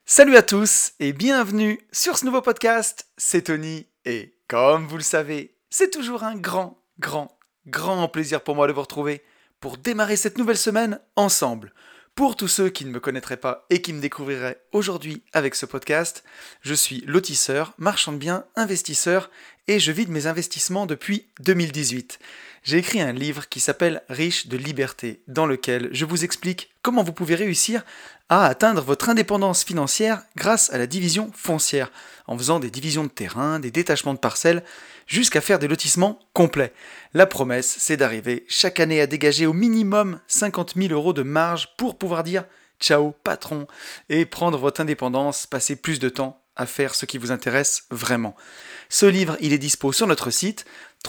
Salut à tous et bienvenue sur ce nouveau podcast, c'est Tony et comme vous le savez, c'est toujours un grand plaisir pour moi de vous retrouver pour démarrer cette nouvelle semaine ensemble. Pour tous ceux qui ne me connaîtraient pas et qui me découvriraient aujourd'hui avec ce podcast, je suis lotisseur, marchand de biens, investisseur et je vis de mes investissements depuis 2018. J'ai écrit un livre qui s'appelle Riche de liberté, dans lequel je vous explique comment vous pouvez réussir à atteindre votre indépendance financière grâce à la division foncière, en faisant des divisions de terrain, des détachements de parcelles, jusqu'à faire des lotissements complets. La promesse, c'est d'arriver chaque année à dégager au minimum 50 000 euros de marge pour pouvoir dire « ciao patron » et prendre votre indépendance, passer plus de temps à faire ce qui vous intéresse vraiment. Ce livre, il est dispo sur notre site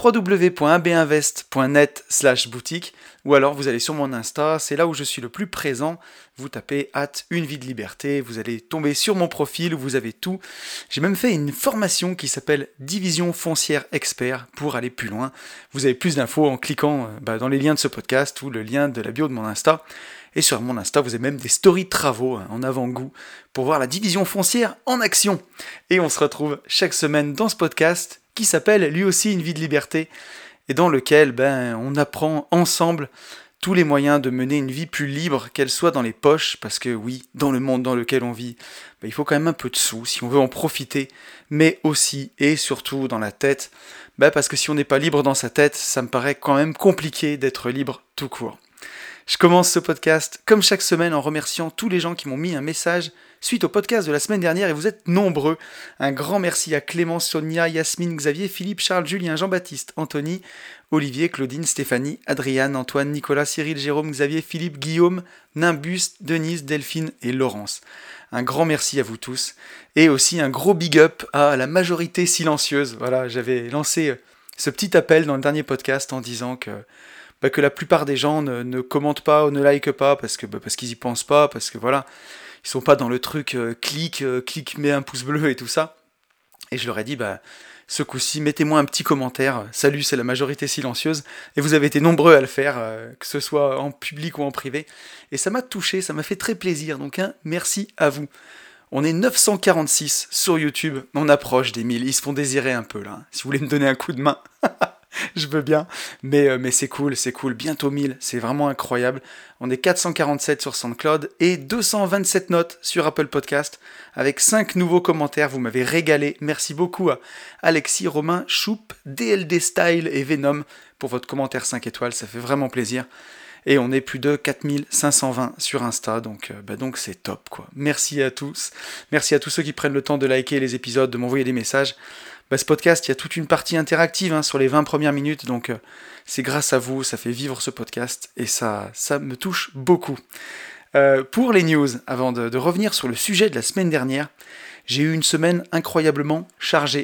www.abinvest.net/boutique ou alors vous allez sur mon Insta, c'est là où je suis le plus présent. Vous tapez @une vie de liberté, vous allez tomber sur mon profil où vous avez tout. J'ai même fait une formation qui s'appelle Division foncière expert pour aller plus loin. Vous avez plus d'infos en cliquant dans les liens de ce podcast ou le lien de la bio de mon Insta. Et sur mon Insta, vous avez même des stories de travaux en avant-goût pour voir la division foncière en action. Et on se retrouve chaque semaine dans ce podcast qui s'appelle lui aussi Une vie de liberté et dans lequel on apprend ensemble tous les moyens de mener une vie plus libre, qu'elle soit dans les poches, parce que oui, dans le monde dans lequel on vit, il faut quand même un peu de sous si on veut en profiter, mais aussi et surtout dans la tête, parce que si on n'est pas libre dans sa tête, ça me paraît quand même compliqué d'être libre tout court. Je commence ce podcast, comme chaque semaine, en remerciant tous les gens qui m'ont mis un message suite au podcast de la semaine dernière, et vous êtes nombreux. Un grand merci à Clément, Sonia, Yasmine, Xavier, Philippe, Charles, Julien, Jean-Baptiste, Anthony, Olivier, Claudine, Stéphanie, Adriane, Antoine, Nicolas, Cyril, Jérôme, Xavier, Philippe, Guillaume, Nimbus, Denise, Delphine et Laurence. Un grand merci à vous tous. Et aussi un gros big up à la majorité silencieuse. Voilà, j'avais lancé ce petit appel dans le dernier podcast en disant que la plupart des gens ne commentent pas ou ne likent pas parce qu'ils y pensent pas, parce que voilà, ils sont pas dans le truc clique, mets un pouce bleu et tout ça. Et je leur ai dit, ce coup-ci, mettez-moi un petit commentaire, salut, c'est la majorité silencieuse, et vous avez été nombreux à le faire, que ce soit en public ou en privé, et ça m'a touché, ça m'a fait très plaisir, donc merci à vous. On est 946 sur YouTube, on approche des 1000, ils se font désirer un peu là, si vous voulez me donner un coup de main. Je veux bien, mais c'est cool, bientôt 1000, c'est vraiment incroyable. On est 447 sur SoundCloud et 227 notes sur Apple Podcast, avec 5 nouveaux commentaires, vous m'avez régalé. Merci beaucoup à Alexis, Romain, Choup, DLD Style et Venom pour votre commentaire 5 étoiles, ça fait vraiment plaisir. Et on est plus de 4520 sur Insta, donc c'est top quoi. Merci à tous ceux qui prennent le temps de liker les épisodes, de m'envoyer des messages. Ce podcast, il y a toute une partie interactive sur les 20 premières minutes, donc c'est grâce à vous, ça fait vivre ce podcast, et ça me touche beaucoup. Pour les news, avant de revenir sur le sujet de la semaine dernière, j'ai eu une semaine incroyablement chargée.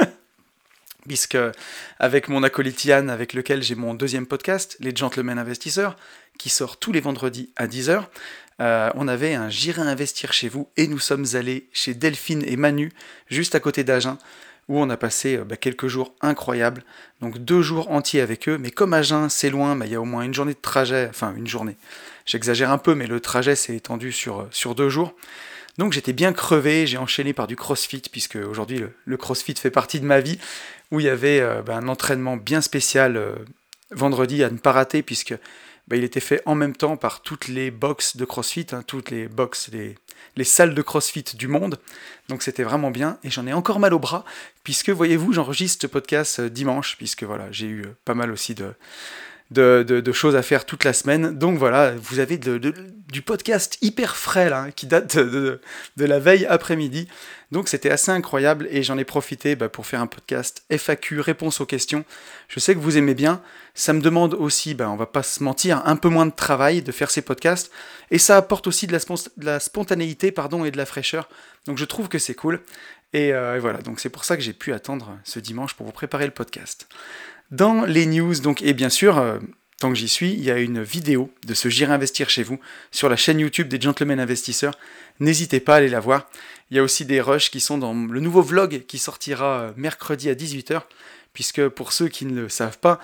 Puisque avec mon acolyte Yann, avec lequel j'ai mon deuxième podcast, Les Gentlemen Investisseurs, qui sort tous les vendredis à 10h, on avait un J'irai investir chez vous, et nous sommes allés chez Delphine et Manu, juste à côté d'Agen, où on a passé quelques jours incroyables, donc 2 jours entiers avec eux, mais comme Agen c'est loin, il y a au moins une journée de trajet, enfin une journée, j'exagère un peu, mais le trajet s'est étendu sur 2 jours, donc j'étais bien crevé, j'ai enchaîné par du crossfit, puisque aujourd'hui le crossfit fait partie de ma vie, où il y avait un entraînement bien spécial vendredi à ne pas rater, puisque il était fait en même temps par toutes les box de crossfit, toutes les box, les salles de crossfit du monde, donc c'était vraiment bien, et j'en ai encore mal au bras, puisque voyez-vous, j'enregistre ce podcast dimanche, puisque voilà, j'ai eu pas mal aussi de choses à faire toute la semaine, donc voilà, vous avez du podcast hyper frais là, qui date de la veille après-midi, donc c'était assez incroyable, et j'en ai profité pour faire un podcast FAQ, réponse aux questions. Je sais que vous aimez bien, ça me demande aussi, on va pas se mentir, un peu moins de travail de faire ces podcasts, et ça apporte aussi de la spontanéité et de la fraîcheur, donc je trouve que c'est cool, et voilà, donc c'est pour ça que j'ai pu attendre ce dimanche pour vous préparer le podcast. Dans les news, donc, et bien sûr, tant que j'y suis, il y a une vidéo de ce J'irai investir chez vous sur la chaîne YouTube des Gentlemen Investisseurs. N'hésitez pas à aller la voir. Il y a aussi des rushs qui sont dans le nouveau vlog qui sortira mercredi à 18h, puisque pour ceux qui ne le savent pas,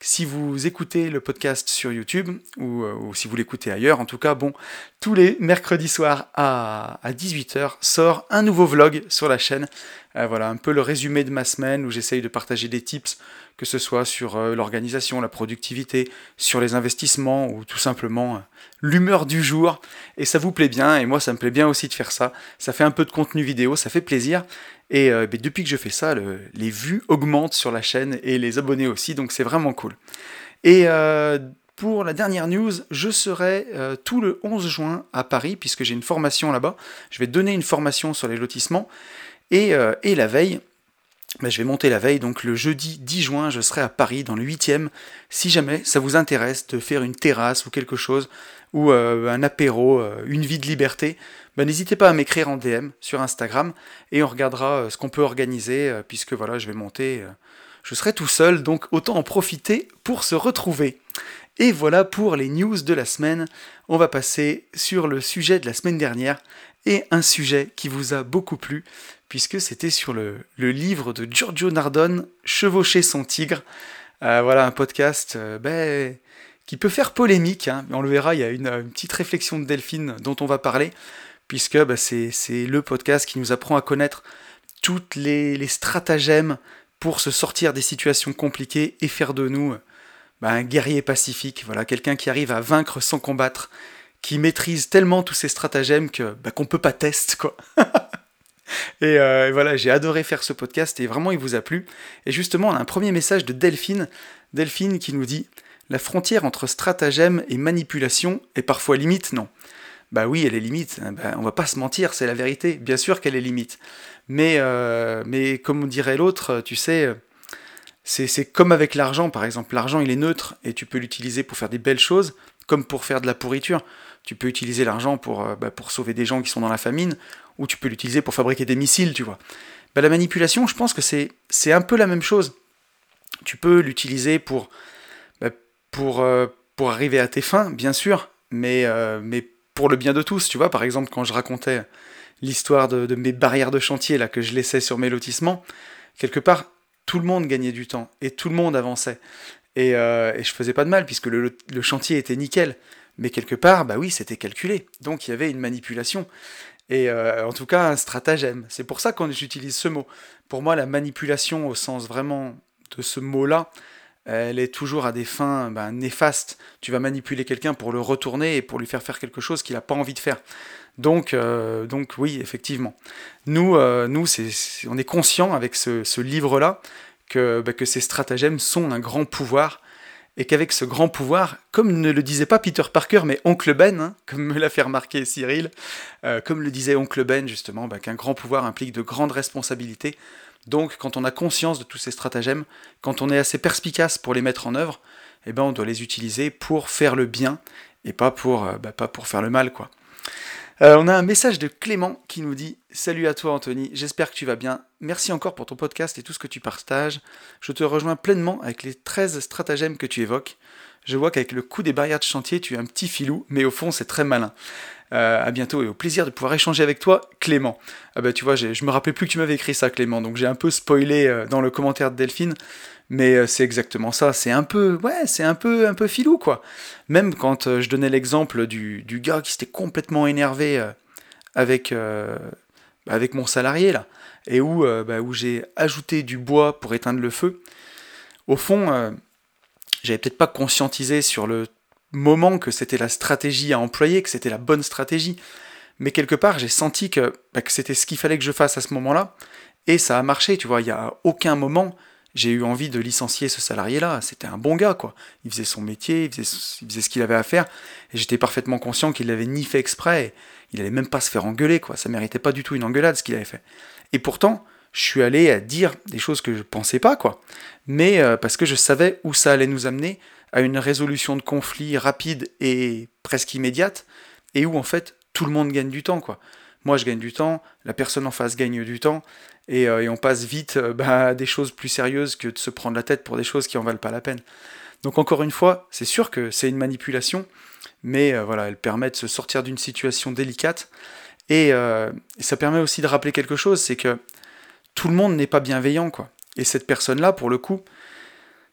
Si vous écoutez le podcast sur YouTube, ou si vous l'écoutez ailleurs, en tout cas, bon, tous les mercredis soirs à 18h sort un nouveau vlog sur la chaîne. Voilà, un peu le résumé de ma semaine où j'essaye de partager des tips, que ce soit sur l'organisation, la productivité, sur les investissements ou tout simplement l'humeur du jour. Et ça vous plaît bien, et moi ça me plaît bien aussi de faire ça. Ça fait un peu de contenu vidéo, ça fait plaisir. Et depuis que je fais ça, les vues augmentent sur la chaîne et les abonnés aussi, donc c'est vraiment cool. Et pour la dernière news, je serai tout le 11 juin à Paris, puisque j'ai une formation là-bas. Je vais donner une formation sur les lotissements. Et la veille, je vais monter la veille, donc le jeudi 10 juin, je serai à Paris, dans le 8e. Si jamais ça vous intéresse de faire une terrasse ou quelque chose, ou un apéro, une vie de liberté, n'hésitez pas à m'écrire en DM sur Instagram, et on regardera ce qu'on peut organiser, puisque voilà, je vais monter, je serai tout seul, donc autant en profiter pour se retrouver. Et voilà pour les news de la semaine. On va passer sur le sujet de la semaine dernière, et un sujet qui vous a beaucoup plu, puisque c'était sur le livre de Giorgio Nardone, Chevaucher son tigre. Voilà un podcast qui peut faire polémique, hein. On le verra, il y a une petite réflexion de Delphine dont on va parler, puisque c'est le podcast qui nous apprend à connaître toutes les stratagèmes pour se sortir des situations compliquées et faire de nous un guerrier pacifique, voilà, quelqu'un qui arrive à vaincre sans combattre, qui maîtrise tellement tous ces stratagèmes qu'on peut pas tester, quoi. Et voilà, j'ai adoré faire ce podcast et vraiment il vous a plu. Et justement, on a un premier message de Delphine qui nous dit « La frontière entre stratagème et manipulation est parfois limite, non ?» Bah oui, elle est limite, on va pas se mentir, c'est la vérité, bien sûr qu'elle est limite. Mais comme dirait l'autre, tu sais, c'est comme avec l'argent par exemple. L'argent il est neutre et tu peux l'utiliser pour faire des belles choses, comme pour faire de la pourriture. Tu peux utiliser l'argent pour sauver des gens qui sont dans la famine, ou tu peux l'utiliser pour fabriquer des missiles, tu vois. La manipulation, je pense que c'est un peu la même chose. Tu peux l'utiliser pour arriver à tes fins, bien sûr, mais pour le bien de tous, tu vois. Par exemple, quand je racontais l'histoire de mes barrières de chantier là que je laissais sur mes lotissements, quelque part, tout le monde gagnait du temps, et tout le monde avançait. Et je faisais pas de mal, puisque le chantier était nickel. Mais quelque part, oui, c'était calculé. Donc il y avait une manipulation. Et en tout cas, un stratagème. C'est pour ça que j'utilise ce mot. Pour moi, la manipulation, au sens vraiment de ce mot-là, elle est toujours à des fins néfastes. Tu vas manipuler quelqu'un pour le retourner et pour lui faire quelque chose qu'il n'a pas envie de faire. Donc oui, effectivement. Nous, on est conscient avec ce livre-là que ces stratagèmes sont un grand pouvoir, et qu'avec ce grand pouvoir, comme ne le disait pas Peter Parker, mais Oncle Ben, hein, comme me l'a fait remarquer Cyril, comme le disait Oncle Ben, justement, qu'un grand pouvoir implique de grandes responsabilités. Donc, quand on a conscience de tous ces stratagèmes, quand on est assez perspicace pour les mettre en œuvre, on doit les utiliser pour faire le bien, et pas pour faire le mal, quoi. On a un message de Clément qui nous dit « Salut à toi Anthony, j'espère que tu vas bien. Merci encore pour ton podcast et tout ce que tu partages. Je te rejoins pleinement avec les 13 stratagèmes que tu évoques. Je vois qu'avec le coup des barrières de chantier, tu es un petit filou, mais au fond, c'est très malin. À bientôt et au plaisir de pouvoir échanger avec toi, Clément. » Tu vois, je me rappelais plus que tu m'avais écrit ça, Clément, donc j'ai un peu spoilé dans le commentaire de Delphine. Mais c'est exactement ça, c'est un peu filou, quoi. Même quand je donnais l'exemple du gars qui s'était complètement énervé avec mon salarié, là, et où j'ai ajouté du bois pour éteindre le feu, au fond, j'avais peut-être pas conscientisé sur le moment que c'était la stratégie à employer, que c'était la bonne stratégie, mais quelque part, j'ai senti que c'était ce qu'il fallait que je fasse à ce moment-là, et ça a marché, tu vois, il n'y a aucun moment j'ai eu envie de licencier ce salarié-là. C'était un bon gars, quoi. Il faisait son métier, il faisait ce qu'il avait à faire, et j'étais parfaitement conscient qu'il l'avait ni fait exprès, et il allait même pas se faire engueuler, quoi. Ça méritait pas du tout une engueulade, ce qu'il avait fait. Et pourtant, je suis allé à dire des choses que je pensais pas, quoi. Mais parce que je savais où ça allait nous amener, à une résolution de conflit rapide et presque immédiate, et où, en fait, tout le monde gagne du temps, quoi. Moi, je gagne du temps, la personne en face gagne du temps, et on passe vite à des choses plus sérieuses que de se prendre la tête pour des choses qui en valent pas la peine. Donc encore une fois, c'est sûr que c'est une manipulation, mais voilà, elle permet de se sortir d'une situation délicate, et ça permet aussi de rappeler quelque chose, c'est que tout le monde n'est pas bienveillant, quoi. Et cette personne-là, pour le coup,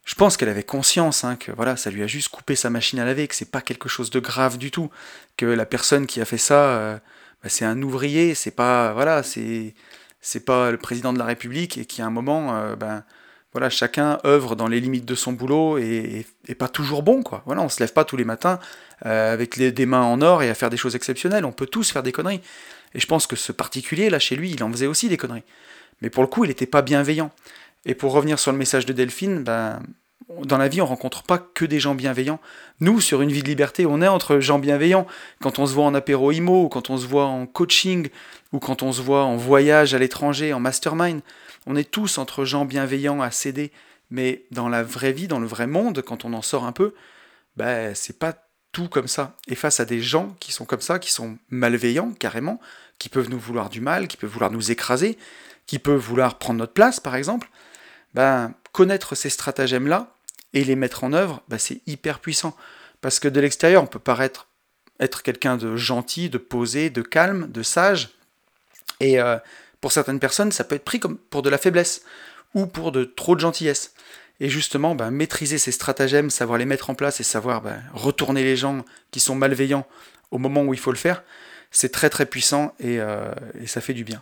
Je pense qu'elle avait conscience que voilà, ça lui a juste coupé sa machine à laver, que c'est pas quelque chose de grave du tout, que la personne qui a fait ça, c'est un ouvrier, c'est pas voilà, c'est pas le président de la République et qui à un moment, voilà, chacun œuvre dans les limites de son boulot et pas toujours bon quoi. Voilà, on se lève pas tous les matins avec des mains en or et à faire des choses exceptionnelles. On peut tous faire des conneries. Et je pense que ce particulier là chez lui, il en faisait aussi des conneries. Mais pour le coup, il n'était pas bienveillant. Et pour revenir sur le message de Delphine, dans la vie, on rencontre pas que des gens bienveillants. Nous, sur Une vie de liberté, on est entre gens bienveillants. Quand on se voit en apéro IMO, ou quand on se voit en coaching, ou quand on se voit en voyage à l'étranger, en mastermind, on est tous entre gens bienveillants à s'aider. Mais dans la vraie vie, dans le vrai monde, quand on en sort un peu, c'est pas tout comme ça. Et face à des gens qui sont comme ça, qui sont malveillants carrément, qui peuvent nous vouloir du mal, qui peuvent vouloir nous écraser, qui peuvent vouloir prendre notre place par exemple, connaître ces stratagèmes-là et les mettre en œuvre, c'est hyper puissant. Parce que de l'extérieur, on peut paraître être quelqu'un de gentil, de posé, de calme, de sage. Et pour certaines personnes, ça peut être pris comme pour de la faiblesse ou pour de trop de gentillesse. Et justement, maîtriser ces stratagèmes, savoir les mettre en place et savoir retourner les gens qui sont malveillants au moment où il faut le faire, c'est très très puissant et ça fait du bien.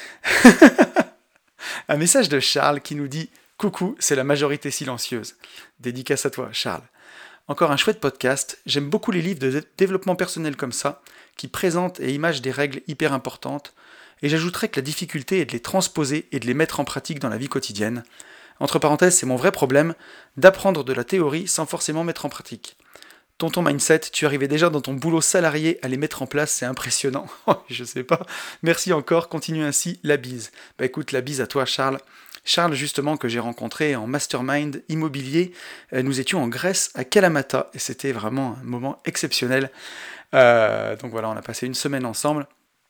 Un message de Charles qui nous dit « Coucou, c'est la majorité silencieuse ». Dédicace à toi, Charles. Encore un chouette podcast. J'aime beaucoup les livres de développement personnel comme ça, qui présentent et imagent des règles hyper importantes. Et j'ajouterais que la difficulté est de les transposer et de les mettre en pratique dans la vie quotidienne. Entre parenthèses, c'est mon vrai problème, d'apprendre de la théorie sans forcément mettre en pratique. Ton mindset, tu arrivais déjà dans ton boulot salarié à les mettre en place, c'est impressionnant. Je sais pas. Merci encore, continue ainsi, la bise. Écoute, la bise à toi Charles. Charles justement que j'ai rencontré en mastermind immobilier. Nous étions en Grèce à Kalamata et c'était vraiment un moment exceptionnel. Donc voilà, on a passé une semaine ensemble.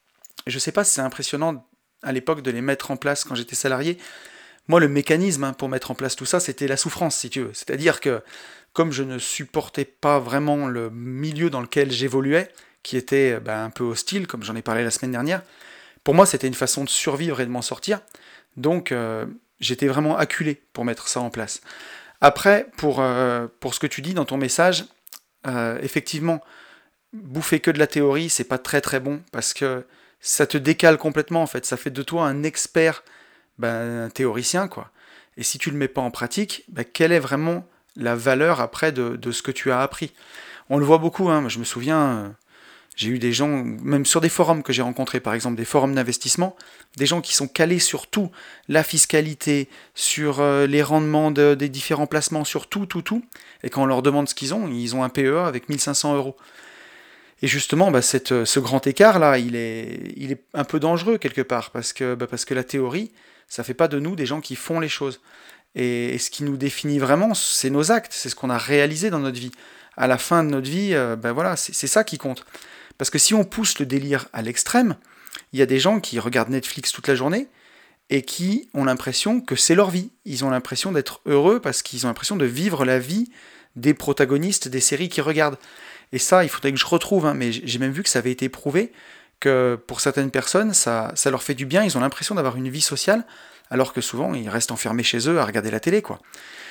Je sais pas si c'est impressionnant à l'époque de les mettre en place quand j'étais salarié. Moi, le mécanisme pour mettre en place tout ça, c'était la souffrance, si tu veux. C'est-à-dire que, comme je ne supportais pas vraiment le milieu dans lequel j'évoluais, qui était un peu hostile, comme j'en ai parlé la semaine dernière, pour moi, c'était une façon de survivre et de m'en sortir. Donc, j'étais vraiment acculé pour mettre ça en place. Après, pour ce que tu dis dans ton message, effectivement, bouffer que de la théorie, c'est pas très très bon, parce que ça te décale complètement, en fait. Ça fait de toi un expert un théoricien, quoi. Et si tu le mets pas en pratique, quelle est vraiment la valeur après de ce que tu as appris? On le voit beaucoup, je me souviens, j'ai eu des gens, même sur des forums que j'ai rencontrés, par exemple des forums d'investissement, des gens qui sont calés sur tout, la fiscalité, sur les rendements des différents placements, sur tout, et quand on leur demande ce qu'ils ont un PEA avec 1500 euros. Et justement, ce grand écart-là, il est un peu dangereux quelque part, parce que la théorie, ça fait pas de nous des gens qui font les choses. Et ce qui nous définit vraiment, c'est nos actes, c'est ce qu'on a réalisé dans notre vie. À la fin de notre vie, voilà, c'est ça qui compte. Parce que si on pousse le délire à l'extrême, il y a des gens qui regardent Netflix toute la journée et qui ont l'impression que c'est leur vie. Ils ont l'impression d'être heureux parce qu'ils ont l'impression de vivre la vie des protagonistes des séries qu'ils regardent. Et ça, il faudrait que je retrouve, mais j'ai même vu que ça avait été prouvé que pour certaines personnes, ça leur fait du bien, ils ont l'impression d'avoir une vie sociale, alors que souvent, ils restent enfermés chez eux à regarder la télé, quoi.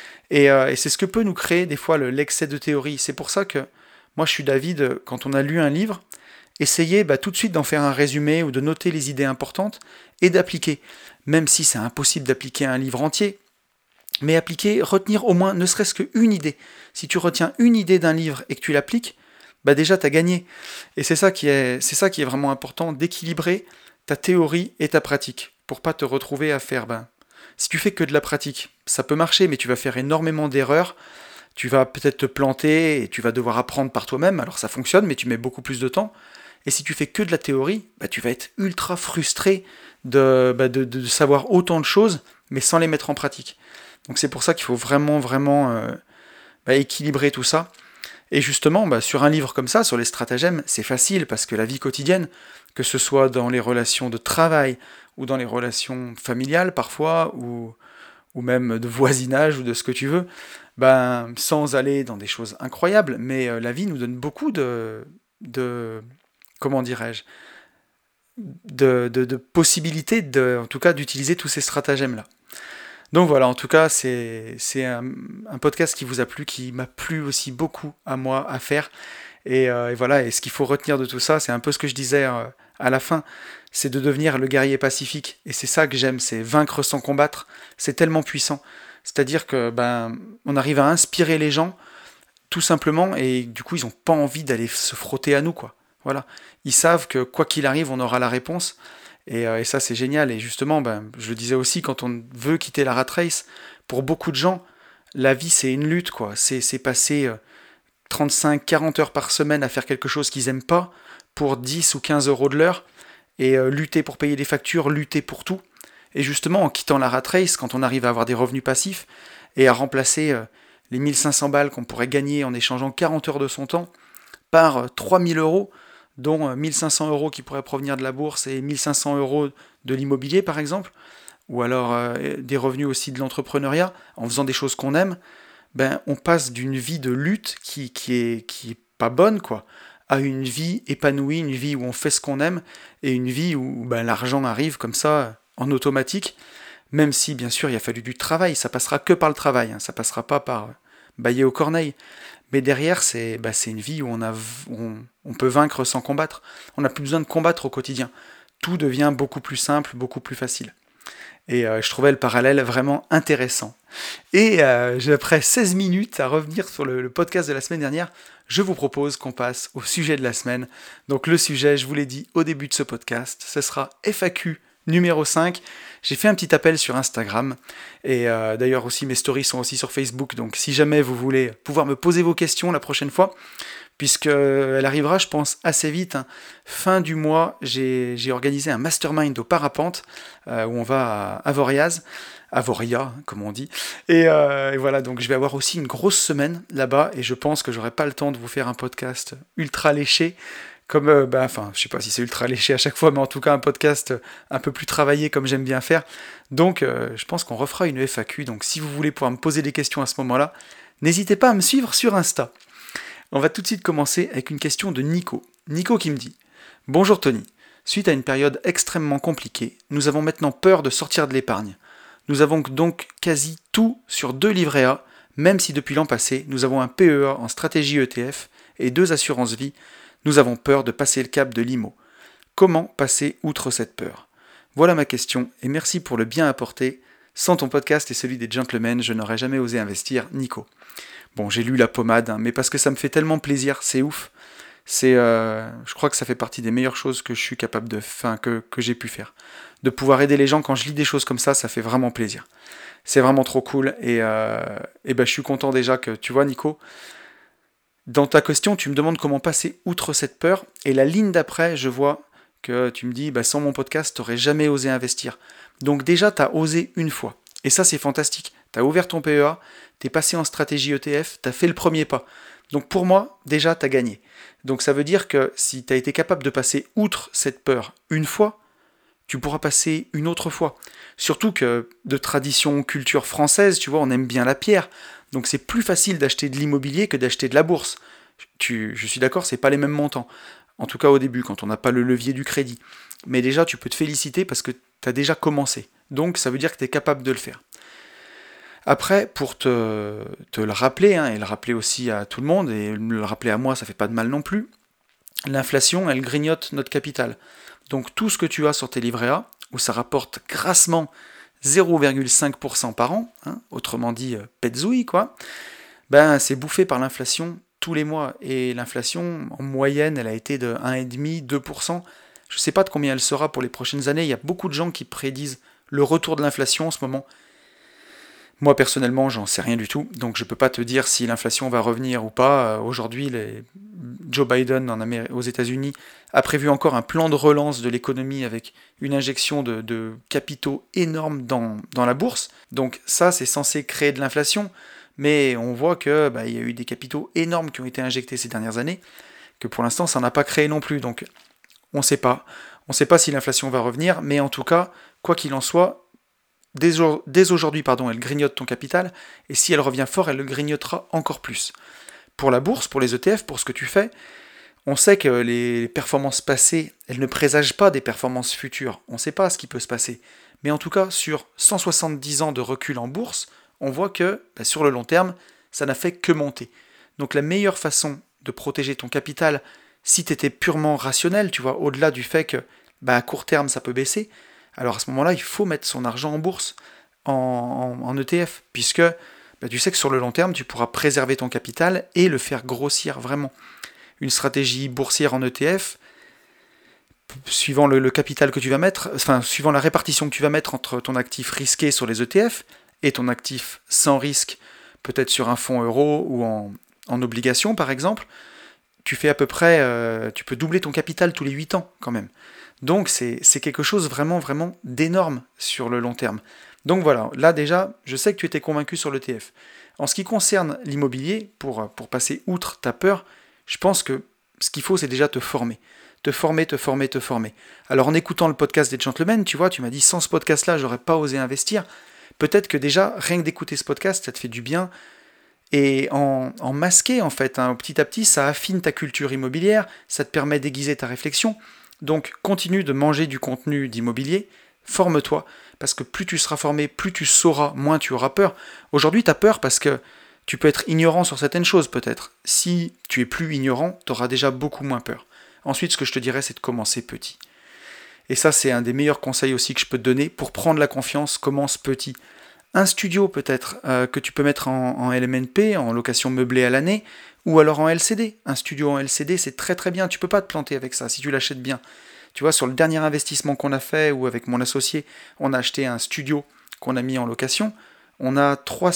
Et c'est ce que peut nous créer des fois l'excès de théorie. C'est pour ça que moi, je suis d'avis quand on a lu un livre, essayer tout de suite d'en faire un résumé ou de noter les idées importantes et d'appliquer. Même si c'est impossible d'appliquer un livre entier, mais appliquer, retenir au moins ne serait-ce qu'une idée. Si tu retiens une idée d'un livre et que tu l'appliques, déjà t'as gagné. Et c'est ça qui est vraiment important, d'équilibrer ta théorie et ta pratique, pour pas te retrouver à faire, si tu fais que de la pratique, ça peut marcher, mais tu vas faire énormément d'erreurs, tu vas peut-être te planter, et tu vas devoir apprendre par toi-même, alors ça fonctionne, mais tu mets beaucoup plus de temps. Et si tu fais que de la théorie, tu vas être ultra frustré de savoir autant de choses, mais sans les mettre en pratique. Donc c'est pour ça qu'il faut vraiment, vraiment équilibrer tout ça. Et justement, sur un livre comme ça, sur les stratagèmes, c'est facile parce que la vie quotidienne, que ce soit dans les relations de travail ou dans les relations familiales parfois, ou même de voisinage ou de ce que tu veux, sans aller dans des choses incroyables, mais la vie nous donne beaucoup de comment dirais-je, de possibilités, en tout cas, d'utiliser tous ces stratagèmes-là. Donc voilà, en tout cas, c'est un podcast qui vous a plu, qui m'a plu aussi beaucoup à moi à faire. Et voilà, et ce qu'il faut retenir de tout ça, c'est un peu ce que je disais à la fin, c'est de devenir le guerrier pacifique. Et c'est ça que j'aime, c'est vaincre sans combattre. C'est tellement puissant. C'est-à-dire que on arrive à inspirer les gens tout simplement, et du coup ils n'ont pas envie d'aller se frotter à nous, quoi. Voilà. Ils savent que quoi qu'il arrive, on aura la réponse. Et ça, c'est génial. Et justement, je le disais aussi, quand on veut quitter la rat race, pour beaucoup de gens, la vie, c'est une lutte, quoi. C'est passer 35-40 heures par semaine à faire quelque chose qu'ils aiment pas pour 10 ou 15 euros de l'heure et lutter pour payer les factures, lutter pour tout. Et justement, en quittant la rat race, quand on arrive à avoir des revenus passifs et à remplacer les 1500 balles qu'on pourrait gagner en échangeant 40 heures de son temps par 3000 euros, dont 1500 euros qui pourraient provenir de la bourse et 1500 euros de l'immobilier par exemple, ou alors des revenus aussi de l'entrepreneuriat, en faisant des choses qu'on aime, on passe d'une vie de lutte qui est pas bonne, quoi, à une vie épanouie, une vie où on fait ce qu'on aime, et une vie où l'argent arrive comme ça, en automatique, même si bien sûr il a fallu du travail, ça passera que par le travail, hein, ça passera pas par bailler aux corneilles. Mais derrière, c'est une vie où on peut vaincre sans combattre. On n'a plus besoin de combattre au quotidien. Tout devient beaucoup plus simple, beaucoup plus facile. Et je trouvais le parallèle vraiment intéressant. Et après 16 minutes à revenir sur le podcast de la semaine dernière, je vous propose qu'on passe au sujet de la semaine. Donc le sujet, je vous l'ai dit au début de ce podcast, ce sera FAQ numéro 5. J'ai fait un petit appel sur Instagram, et d'ailleurs aussi mes stories sont aussi sur Facebook, donc si jamais vous voulez pouvoir me poser vos questions la prochaine fois, puisqu'elle arrivera, je pense, assez vite. Hein. Fin du mois, j'ai organisé un mastermind au parapente, où on va à Avoria, comme on dit. Et voilà, donc je vais avoir aussi une grosse semaine là-bas, et je pense que j'aurai pas le temps de vous faire un podcast ultra léché, comme, je sais pas si c'est ultra léché à chaque fois, mais en tout cas un podcast un peu plus travaillé comme j'aime bien faire. Donc je pense qu'on refera une FAQ, donc si vous voulez pouvoir me poser des questions à ce moment-là, n'hésitez pas à me suivre sur Insta. On va tout de suite commencer avec une question de Nico. Nico qui me dit « Bonjour Tony, suite à une période extrêmement compliquée, nous avons maintenant peur de sortir de l'épargne. Nous avons donc quasi tout sur 2 livrets A, même si depuis l'an passé, nous avons un PEA en stratégie ETF et 2 assurances vie. Nous avons peur de passer le cap de l'IMO. Comment passer outre cette peur ? Voilà ma question et merci pour le bien apporté. Sans ton podcast et celui des gentlemen, je n'aurais jamais osé investir, Nico. » Bon, j'ai lu la pommade, hein, mais parce que ça me fait tellement plaisir, c'est ouf. Je crois que ça fait partie des meilleures choses que je suis capable que j'ai pu faire. De pouvoir aider les gens quand je lis des choses comme ça fait vraiment plaisir. C'est vraiment trop cool et je suis content déjà que, tu vois Nico, dans ta question, tu me demandes comment passer outre cette peur, et la ligne d'après, je vois que tu me dis, sans mon podcast, t'aurais jamais osé investir. Donc déjà, t'as osé une fois. Et ça, c'est fantastique. T'as ouvert ton PEA, t'es passé en stratégie ETF, t'as fait le premier pas. Donc pour moi, déjà, t'as gagné. Donc ça veut dire que si t'as été capable de passer outre cette peur une fois, tu pourras passer une autre fois. Surtout que de tradition culture française, tu vois, on aime bien la pierre. Donc c'est plus facile d'acheter de l'immobilier que d'acheter de la bourse. Je suis d'accord, c'est pas les mêmes montants. En tout cas au début, quand on n'a pas le levier du crédit. Mais déjà, tu peux te féliciter parce que tu as déjà commencé. Donc ça veut dire que tu es capable de le faire. Après, pour te le rappeler, et le rappeler aussi à tout le monde, et me le rappeler à moi, ça fait pas de mal non plus, l'inflation, elle grignote notre capital. Donc tout ce que tu as sur tes livrets A, où ça rapporte grassement 0,5% par an, autrement dit petzouille quoi, c'est bouffé par l'inflation tous les mois. Et l'inflation, en moyenne, elle a été de 1,5-2%. Je ne sais pas de combien elle sera pour les prochaines années. Il y a beaucoup de gens qui prédisent le retour de l'inflation en ce moment. Moi, personnellement, j'en sais rien du tout. Donc, je ne peux pas te dire si l'inflation va revenir ou pas. Aujourd'hui, Joe Biden aux États-Unis a prévu encore un plan de relance de l'économie avec une injection de capitaux énormes dans la bourse. Donc, ça, c'est censé créer de l'inflation. Mais on voit que il y a eu des capitaux énormes qui ont été injectés ces dernières années, que pour l'instant, ça n'a pas créé non plus. Donc, on ne sait pas. On ne sait pas si l'inflation va revenir. Mais en tout cas, quoi qu'il en soit, dès aujourd'hui, elle grignote ton capital, et si elle revient fort, elle le grignotera encore plus. Pour la bourse, pour les ETF, pour ce que tu fais, On sait que les performances passées, elles ne présagent pas des performances futures. On ne sait pas ce qui peut se passer. Mais en tout cas, sur 170 ans de recul en bourse, on voit que sur le long terme, ça n'a fait que monter. Donc la meilleure façon de protéger ton capital, si tu étais purement rationnel, tu vois, au-delà du fait que à court terme ça peut baisser, alors à ce moment-là, il faut mettre son argent en bourse, en ETF, puisque tu sais que sur le long terme, tu pourras préserver ton capital et le faire grossir vraiment. Une stratégie boursière en ETF, suivant le capital que tu vas mettre, enfin suivant la répartition que tu vas mettre entre ton actif risqué sur les ETF et ton actif sans risque, peut-être sur un fonds euro ou en obligation par exemple, tu fais à peu près, tu peux doubler ton capital tous les 8 ans quand même. Donc c'est quelque chose vraiment vraiment d'énorme sur le long terme. Donc voilà, là déjà, je sais que tu étais convaincu sur l'ETF. En ce qui concerne l'immobilier, pour passer outre ta peur, je pense que ce qu'il faut, c'est déjà te former. Te former, te former, te former. Alors en écoutant le podcast des Gentlemen, tu vois, tu m'as dit sans ce podcast-là, j'aurais pas osé investir. Peut-être que déjà, rien que d'écouter ce podcast, ça te fait du bien. Et en masquer, en fait, petit à petit, ça affine ta culture immobilière, ça te permet d'aiguiser ta réflexion. Donc continue de manger du contenu d'immobilier, forme-toi, parce que plus tu seras formé, plus tu sauras, moins tu auras peur. Aujourd'hui, tu as peur parce que tu peux être ignorant sur certaines choses peut-être. Si tu es plus ignorant, tu auras déjà beaucoup moins peur. Ensuite, ce que je te dirais, c'est de commencer petit. Et ça, c'est un des meilleurs conseils aussi que je peux te donner. Pour prendre la confiance, commence petit. Un studio peut-être que tu peux mettre en LMNP, en location meublée à l'année, ou alors en LCD. Un studio en LCD, c'est très très bien. Tu peux pas te planter avec ça si tu l'achètes bien. Tu vois, sur le dernier investissement qu'on a fait, ou avec mon associé, on a acheté un studio qu'on a mis en location. On a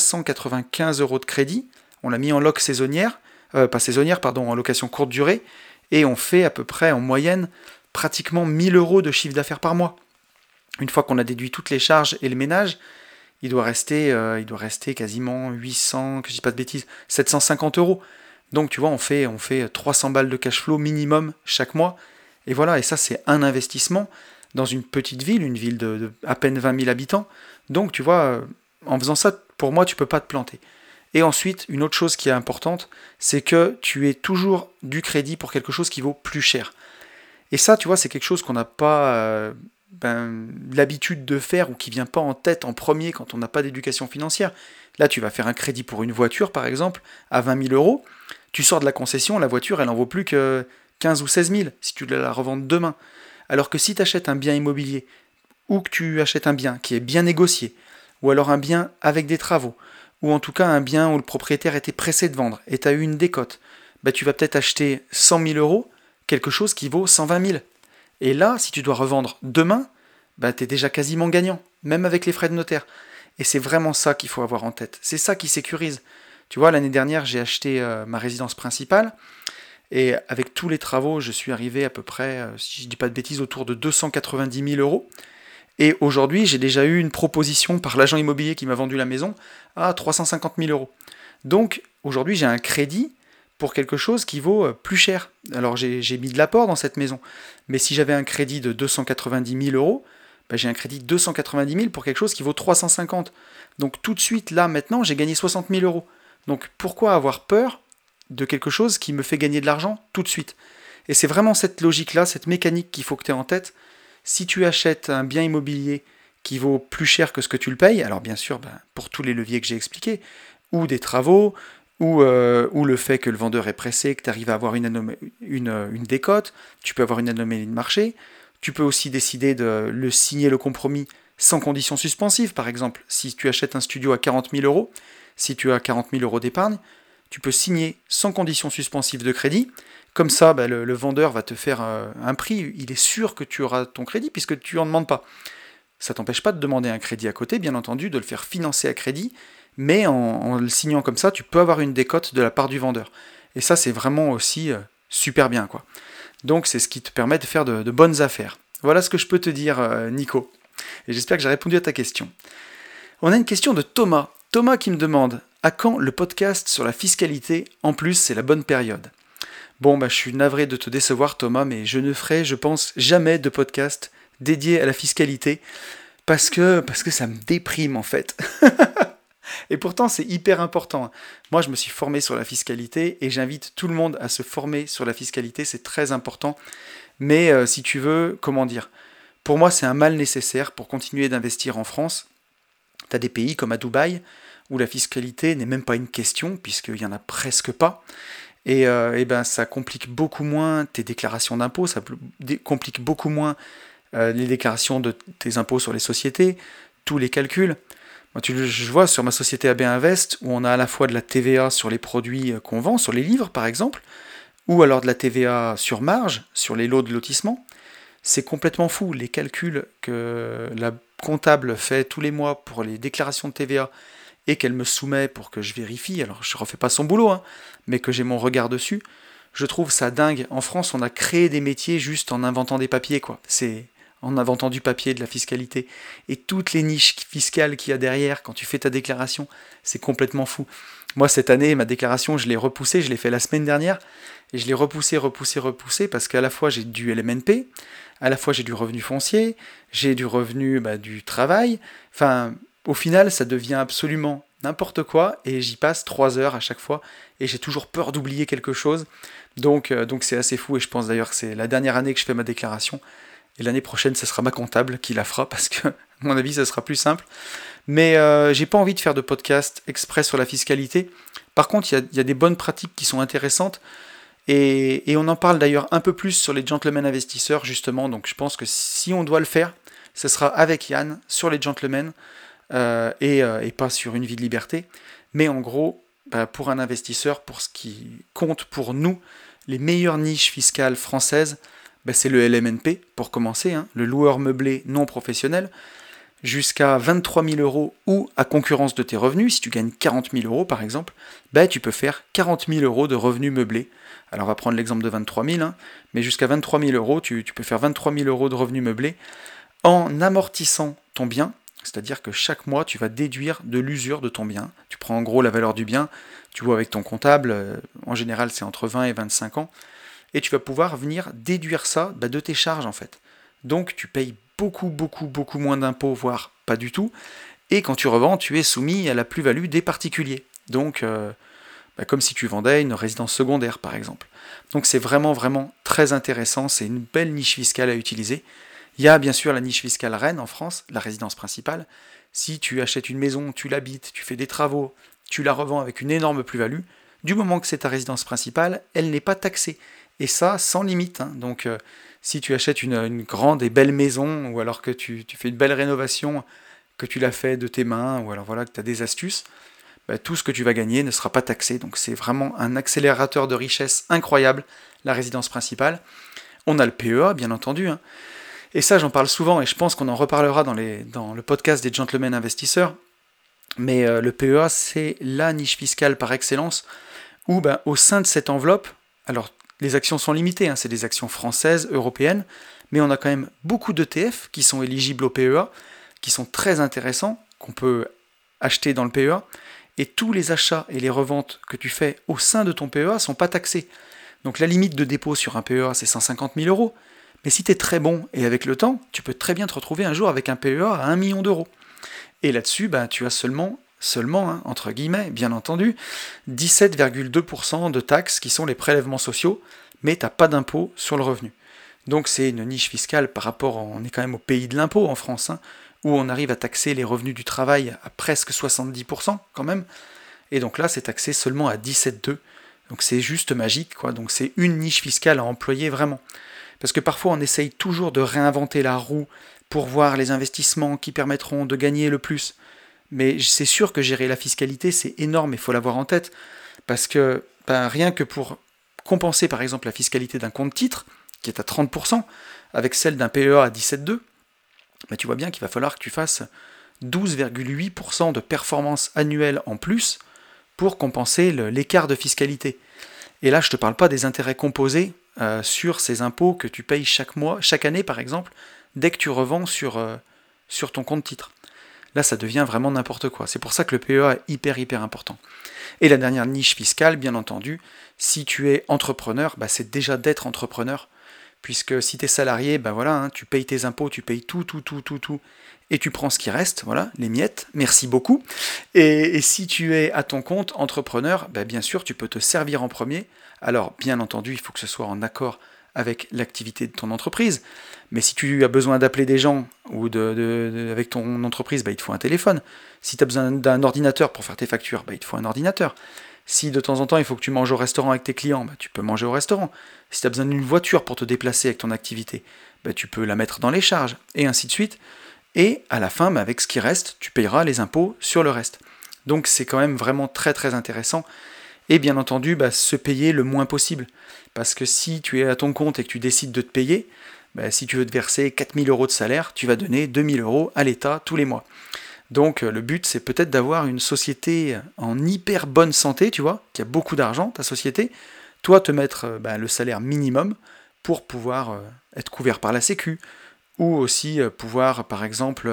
395 € de crédit. On l'a mis en loc saisonnière, pas saisonnière, pardon, en location courte durée. Et on fait à peu près en moyenne pratiquement 1000 € de chiffre d'affaires par mois. Une fois qu'on a déduit toutes les charges et le ménage, il doit rester quasiment 800, que je dis pas de bêtises, 750 €. Donc tu vois, on fait 300 balles de cash flow minimum chaque mois. Et voilà, et ça c'est un investissement dans une petite ville, une ville de à peine 20 000 habitants. Donc tu vois, en faisant ça, pour moi, tu peux pas te planter. Et ensuite, une autre chose qui est importante, c'est que tu aies toujours du crédit pour quelque chose qui vaut plus cher. Et ça, tu vois, c'est quelque chose qu'on n'a pas l'habitude de faire ou qui vient pas en tête en premier quand on n'a pas d'éducation financière. Là, tu vas faire un crédit pour une voiture, par exemple, à 20 000 €. Tu sors de la concession, la voiture, elle en vaut plus que 15 ou 16 000 si tu dois la revendre demain. Alors que si tu achètes un bien immobilier, ou que tu achètes un bien qui est bien négocié, ou alors un bien avec des travaux, ou en tout cas un bien où le propriétaire était pressé de vendre et tu as eu une décote, tu vas peut-être acheter 100 000 €, quelque chose qui vaut 120 000. Et là, si tu dois revendre demain, tu es déjà quasiment gagnant, même avec les frais de notaire. Et c'est vraiment ça qu'il faut avoir en tête. C'est ça qui sécurise. Tu vois, l'année dernière, j'ai acheté ma résidence principale, et avec tous les travaux, je suis arrivé à peu près, si je ne dis pas de bêtises, autour de 290 000 €. Et aujourd'hui, j'ai déjà eu une proposition par l'agent immobilier qui m'a vendu la maison à 350 000 €. Donc, aujourd'hui, j'ai un crédit pour quelque chose qui vaut plus cher. Alors, j'ai mis de l'apport dans cette maison. Mais si j'avais un crédit de 290 000 €, j'ai un crédit de 290 000 pour quelque chose qui vaut 350. Donc, tout de suite, là, maintenant, j'ai gagné 60 000 €. Donc, pourquoi avoir peur de quelque chose qui me fait gagner de l'argent tout de suite? Et c'est vraiment cette logique-là, cette mécanique qu'il faut que tu aies en tête. Si tu achètes un bien immobilier qui vaut plus cher que ce que tu le payes, alors bien sûr, pour tous les leviers que j'ai expliqués, ou des travaux, ou le fait que le vendeur est pressé, que tu arrives à avoir une décote, tu peux avoir une anomalie de marché, tu peux aussi décider de signer le compromis sans condition suspensive, par exemple, si tu achètes un studio à 40 000 €, si tu as 40 000 € d'épargne, tu peux signer sans condition suspensive de crédit. Comme ça, le vendeur va te faire un prix, il est sûr que tu auras ton crédit puisque tu n'en demandes pas. Ça ne t'empêche pas de demander un crédit à côté, bien entendu, de le faire financer à crédit, mais en le signant comme ça, tu peux avoir une décote de la part du vendeur. Et ça, c'est vraiment aussi super bien, quoi. Donc, c'est ce qui te permet de faire de bonnes affaires. Voilà ce que je peux te dire, Nico. Et j'espère que j'ai répondu à ta question. On a une question de Thomas. Thomas qui me demande « À quand le podcast sur la fiscalité? En plus, c'est la bonne période. » Bon, je suis navré de te décevoir, Thomas, mais je ne ferai, je pense, jamais de podcast dédié à la fiscalité parce que ça me déprime, en fait. Et pourtant, c'est hyper important. Moi, je me suis formé sur la fiscalité et j'invite tout le monde à se former sur la fiscalité, c'est très important. Mais si tu veux, comment dire, pour moi, c'est un mal nécessaire pour continuer d'investir en France. Tu as des pays comme à Dubaï, où la fiscalité n'est même pas une question, puisqu'il n'y en a presque pas. Et ben, ça complique beaucoup moins tes déclarations d'impôts, ça complique beaucoup moins les déclarations de tes impôts sur les sociétés, tous les calculs. Moi, je vois sur ma société AB Invest, où on a à la fois de la TVA sur les produits qu'on vend, sur les livres par exemple, ou alors de la TVA sur marge, sur les lots de lotissement. C'est complètement fou, les calculs que la comptable fait tous les mois pour les déclarations de TVA et qu'elle me soumet pour que je vérifie, alors je refais pas son boulot, hein, mais que j'ai mon regard dessus, je trouve ça dingue. En France, on a créé des métiers juste en inventant des papiers, quoi. C'est en inventant du papier, de la fiscalité. Et toutes les niches fiscales qu'il y a derrière, quand tu fais ta déclaration, c'est complètement fou. Moi, cette année, ma déclaration, je l'ai repoussée, je l'ai fait la semaine dernière, et je l'ai repoussée, parce qu'à la fois j'ai du LMNP, à la fois j'ai du revenu foncier, j'ai du revenu du travail, enfin, au final, ça devient absolument n'importe quoi, et j'y passe 3 heures à chaque fois, et j'ai toujours peur d'oublier quelque chose, donc c'est assez fou, et je pense d'ailleurs que c'est la dernière année que je fais ma déclaration, et l'année prochaine, ce sera ma comptable qui la fera, parce que, à mon avis, ça sera plus simple. Mais j'ai pas envie de faire de podcast exprès sur la fiscalité. Par contre, il y a des bonnes pratiques qui sont intéressantes, et on en parle d'ailleurs un peu plus sur les gentlemen investisseurs, justement, donc je pense que si on doit le faire, ce sera avec Yann, sur les gentlemen, et pas sur une vie de liberté. Mais en gros, pour un investisseur, pour ce qui compte pour nous, les meilleures niches fiscales françaises, c'est le LMNP, pour commencer, hein, le loueur meublé non professionnel, jusqu'à 23 000 euros ou à concurrence de tes revenus, si tu gagnes 40 000 euros par exemple, tu peux faire 40 000 euros de revenus meublés. Alors on va prendre l'exemple de 23 000, hein, mais jusqu'à 23 000 euros, tu peux faire 23 000 euros de revenus meublés en amortissant ton bien, c'est-à-dire que chaque mois tu vas déduire de l'usure de ton bien. Tu prends en gros la valeur du bien, tu vois avec ton comptable, en général c'est entre 20 et 25 ans, et tu vas pouvoir venir déduire ça de tes charges en fait. Donc tu payes beaucoup moins d'impôts, voire pas du tout, et quand tu revends, tu es soumis à la plus-value des particuliers. Donc, comme si tu vendais une résidence secondaire, par exemple. Donc c'est vraiment très intéressant, c'est une belle niche fiscale à utiliser. Il y a bien sûr la niche fiscale reine en France, la résidence principale. Si tu achètes une maison, tu l'habites, tu fais des travaux, tu la revends avec une énorme plus-value, du moment que c'est ta résidence principale, elle n'est pas taxée. Et ça, sans limite. Hein. Donc, si tu achètes une grande et belle maison, ou alors que tu fais une belle rénovation, que tu l'as fait de tes mains, ou alors voilà, que tu as des astuces, tout ce que tu vas gagner ne sera pas taxé. Donc, c'est vraiment un accélérateur de richesse incroyable, la résidence principale. On a le PEA, bien entendu. Hein. Et ça, j'en parle souvent, et je pense qu'on en reparlera dans le podcast des Gentlemen Investisseurs. Mais le PEA, c'est la niche fiscale par excellence, où au sein de cette enveloppe, alors les actions sont limitées, hein, c'est des actions françaises, européennes, mais on a quand même beaucoup d'ETF qui sont éligibles au PEA, qui sont très intéressants, qu'on peut acheter dans le PEA, et tous les achats et les reventes que tu fais au sein de ton PEA ne sont pas taxés. Donc la limite de dépôt sur un PEA, c'est 150 000 euros, mais si tu es très bon et avec le temps, tu peux très bien te retrouver un jour avec un PEA à 1 million d'euros. Et là-dessus, tu as seulement, hein, entre guillemets, bien entendu, 17,2% de taxes qui sont les prélèvements sociaux, mais tu n'as pas d'impôt sur le revenu. Donc c'est une niche fiscale par rapport, on est quand même au pays de l'impôt en France, hein, où on arrive à taxer les revenus du travail à presque 70% quand même, et donc là c'est taxé seulement à 17,2%, donc c'est juste magique, quoi. Donc c'est une niche fiscale à employer vraiment. Parce que parfois on essaye toujours de réinventer la roue pour voir les investissements qui permettront de gagner le plus. Mais c'est sûr que gérer la fiscalité, c'est énorme, il faut l'avoir en tête. Parce que rien que pour compenser par exemple la fiscalité d'un compte titre, qui est à 30%, avec celle d'un PEA à 17,2%, tu vois bien qu'il va falloir que tu fasses 12,8% de performance annuelle en plus pour compenser l'écart de fiscalité. Et là, je ne te parle pas des intérêts composés sur ces impôts que tu payes chaque année par exemple, dès que tu revends sur ton compte titre. Là, ça devient vraiment n'importe quoi. C'est pour ça que le PEA est hyper important. Et la dernière niche fiscale, bien entendu, si tu es entrepreneur, c'est déjà d'être entrepreneur, puisque si tu es salarié, ben voilà, hein, tu payes tes impôts, tu payes tout, et tu prends ce qui reste, voilà, les miettes, merci beaucoup. Et si tu es à ton compte, entrepreneur, ben bien sûr, tu peux te servir en premier. Alors, bien entendu, il faut que ce soit en accord avec l'activité de ton entreprise. Mais si tu as besoin d'appeler des gens ou avec ton entreprise, bah, il te faut un téléphone. Si tu as besoin d'un ordinateur pour faire tes factures, bah, il te faut un ordinateur. Si de temps en temps il faut que tu manges au restaurant avec tes clients, bah, tu peux manger au restaurant. Si tu as besoin d'une voiture pour te déplacer avec ton activité, bah, tu peux la mettre dans les charges, et ainsi de suite. Et à la fin, bah, avec ce qui reste, tu payeras les impôts sur le reste. Donc c'est quand même vraiment très très intéressant. Et bien entendu, bah, se payer le moins possible. Parce que si tu es à ton compte et que tu décides de te payer, bah, si tu veux te verser 4000 euros de salaire, tu vas donner 2000 euros à l'État tous les mois. Donc le but, c'est peut-être d'avoir une société en hyper bonne santé, tu vois, qui a beaucoup d'argent, ta société. Toi, te mettre le salaire minimum pour pouvoir être couvert par la Sécu. Ou aussi pouvoir, par exemple,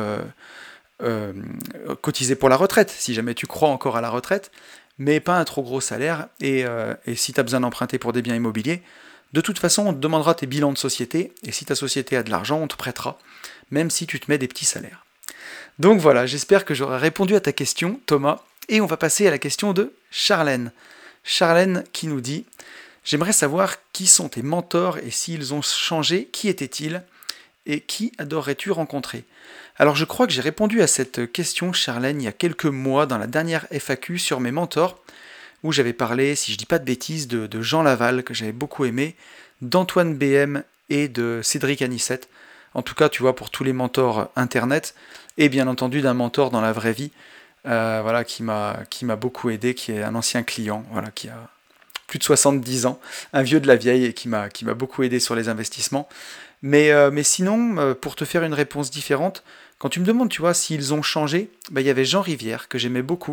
cotiser pour la retraite, si jamais tu crois encore à la retraite, mais pas un trop gros salaire. Et si tu as besoin d'emprunter pour des biens immobiliers, de toute façon, on te demandera tes bilans de société, et si ta société a de l'argent, on te prêtera, même si tu te mets des petits salaires. Donc voilà, j'espère que j'aurai répondu à ta question, Thomas, et on va passer à la question de Charlène. Charlène qui nous dit « J'aimerais savoir qui sont tes mentors et s'ils ont changé, qui étaient-ils et qui adorerais-tu rencontrer ?» Alors je crois que j'ai répondu à cette question, Charlène, il y a quelques mois dans la dernière FAQ sur mes mentors, où j'avais parlé, si je dis pas de bêtises, de Jean Laval, que j'avais beaucoup aimé, d'Antoine BM et de Cédric Anissette. En tout cas, tu vois, pour tous les mentors internet, et bien entendu d'un mentor dans la vraie vie, voilà, qui m'a beaucoup aidé, qui est un ancien client, voilà, qui a plus de 70 ans, un vieux de la vieille, et qui m'a beaucoup aidé sur les investissements. Mais sinon, pour te faire une réponse différente, quand tu me demandes, tu vois, s'ils ont changé, il y avait Jean Rivière, que j'aimais beaucoup.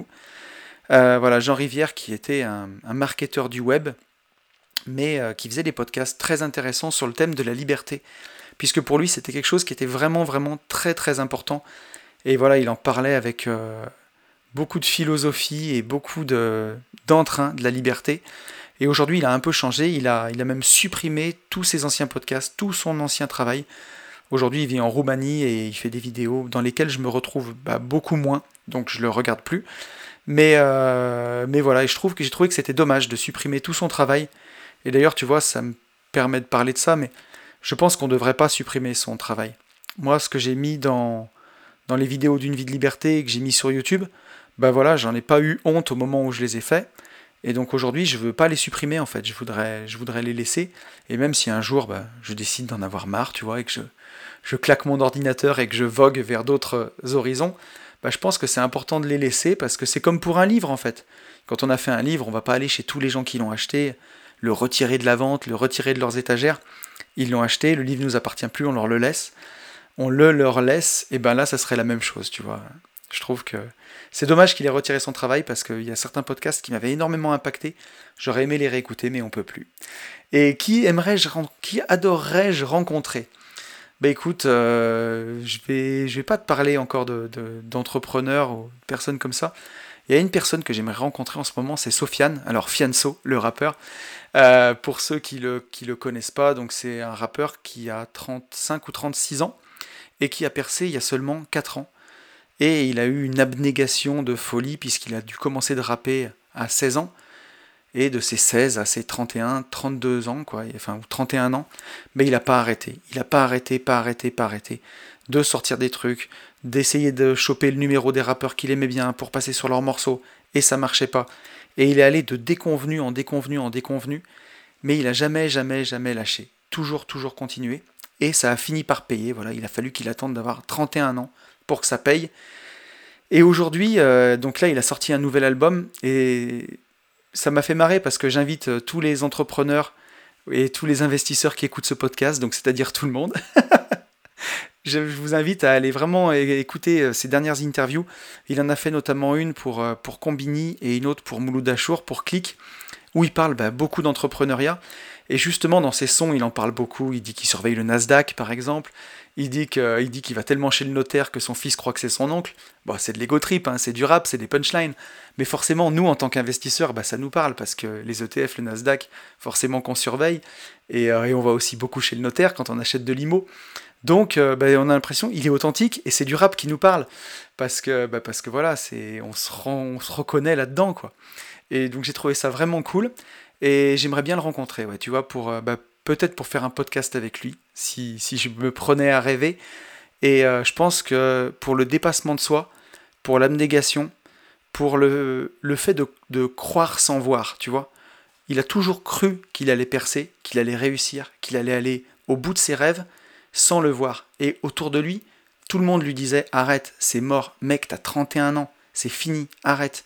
Voilà, Jean Rivière, qui était un marketeur du web, mais qui faisait des podcasts très intéressants sur le thème de la liberté, puisque pour lui, c'était quelque chose qui était vraiment, vraiment très, très important. Et voilà, il en parlait avec beaucoup de philosophie et beaucoup d'entrain de la liberté. Et aujourd'hui, il a un peu changé, il a même supprimé tous ses anciens podcasts, tout son ancien travail. Aujourd'hui, il vit en Roumanie et il fait des vidéos dans lesquelles je me retrouve beaucoup moins, donc je le regarde plus. Mais voilà, et j'ai trouvé que c'était dommage de supprimer tout son travail. Et d'ailleurs, tu vois, ça me permet de parler de ça, mais je pense qu'on ne devrait pas supprimer son travail. Moi, ce que j'ai mis dans les vidéos d'une vie de liberté et que j'ai mis sur YouTube, voilà, j'en ai pas eu honte au moment où je les ai faits. Et donc aujourd'hui, je veux pas les supprimer en fait, je voudrais les laisser. Et même si un jour, je décide d'en avoir marre, tu vois, et que je claque mon ordinateur et que je vogue vers d'autres horizons, je pense que c'est important de les laisser parce que c'est comme pour un livre en fait. Quand on a fait un livre, on va pas aller chez tous les gens qui l'ont acheté, le retirer de la vente, le retirer de leurs étagères. Ils l'ont acheté, le livre nous appartient plus, on leur le laisse. On leur laisse, et là, ça serait la même chose, tu vois. Je trouve que c'est dommage qu'il ait retiré son travail parce qu'il y a certains podcasts qui m'avaient énormément impacté. J'aurais aimé les réécouter, mais on peut plus. Et qui adorerais-je rencontrer ? Écoute, je vais pas te parler encore d'entrepreneurs ou de personnes comme ça. Il y a une personne que j'aimerais rencontrer en ce moment, c'est Sofiane, alors Fianso, le rappeur. Pour ceux qui le connaissent pas, donc c'est un rappeur qui a 35 ou 36 ans et qui a percé il y a seulement 4 ans. Et il a eu une abnégation de folie puisqu'il a dû commencer de rapper à 16 ans. Et de ses 16 à ses 31, 32 ans, quoi, ou 31 ans, il n'a pas arrêté. Il n'a pas arrêté de sortir des trucs, d'essayer de choper le numéro des rappeurs qu'il aimait bien pour passer sur leurs morceaux, et ça marchait pas. Et il est allé de déconvenu en déconvenu, mais il n'a jamais lâché. Toujours continué. Et ça a fini par payer. Voilà, il a fallu qu'il attende d'avoir 31 ans pour que ça paye. Et aujourd'hui, donc là, il a sorti un nouvel album, et ça m'a fait marrer parce que j'invite tous les entrepreneurs et tous les investisseurs qui écoutent ce podcast, donc c'est-à-dire tout le monde. Je vous invite à aller vraiment écouter ces dernières interviews. Il en a fait notamment une pour Combini et une autre pour Mouloud Achour, pour Click. où il parle beaucoup d'entrepreneuriat. Et justement, dans ses sons, il en parle beaucoup. Il dit qu'il surveille le Nasdaq, par exemple. Il dit qu'il va tellement chez le notaire que son fils croit que c'est son oncle. Bon, c'est de l'ego trip, hein, c'est du rap, c'est des punchlines. Mais forcément, nous, en tant qu'investisseurs, ça nous parle parce que les ETF, le Nasdaq, forcément qu'on surveille. Et on va aussi beaucoup chez le notaire quand on achète de l'IMO. Donc, on a l'impression qu'il est authentique et c'est du rap qui nous parle. Parce que voilà, on se reconnaît là-dedans, quoi. Et donc, j'ai trouvé ça vraiment cool. Et j'aimerais bien le rencontrer, ouais, tu vois, peut-être pour faire un podcast avec lui, si je me prenais à rêver. Et je pense que pour le dépassement de soi, pour l'abnégation, pour le fait de croire sans voir, tu vois, il a toujours cru qu'il allait percer, qu'il allait réussir, qu'il allait aller au bout de ses rêves sans le voir. Et autour de lui, tout le monde lui disait arrête, c'est mort, mec, t'as 31 ans, c'est fini, arrête.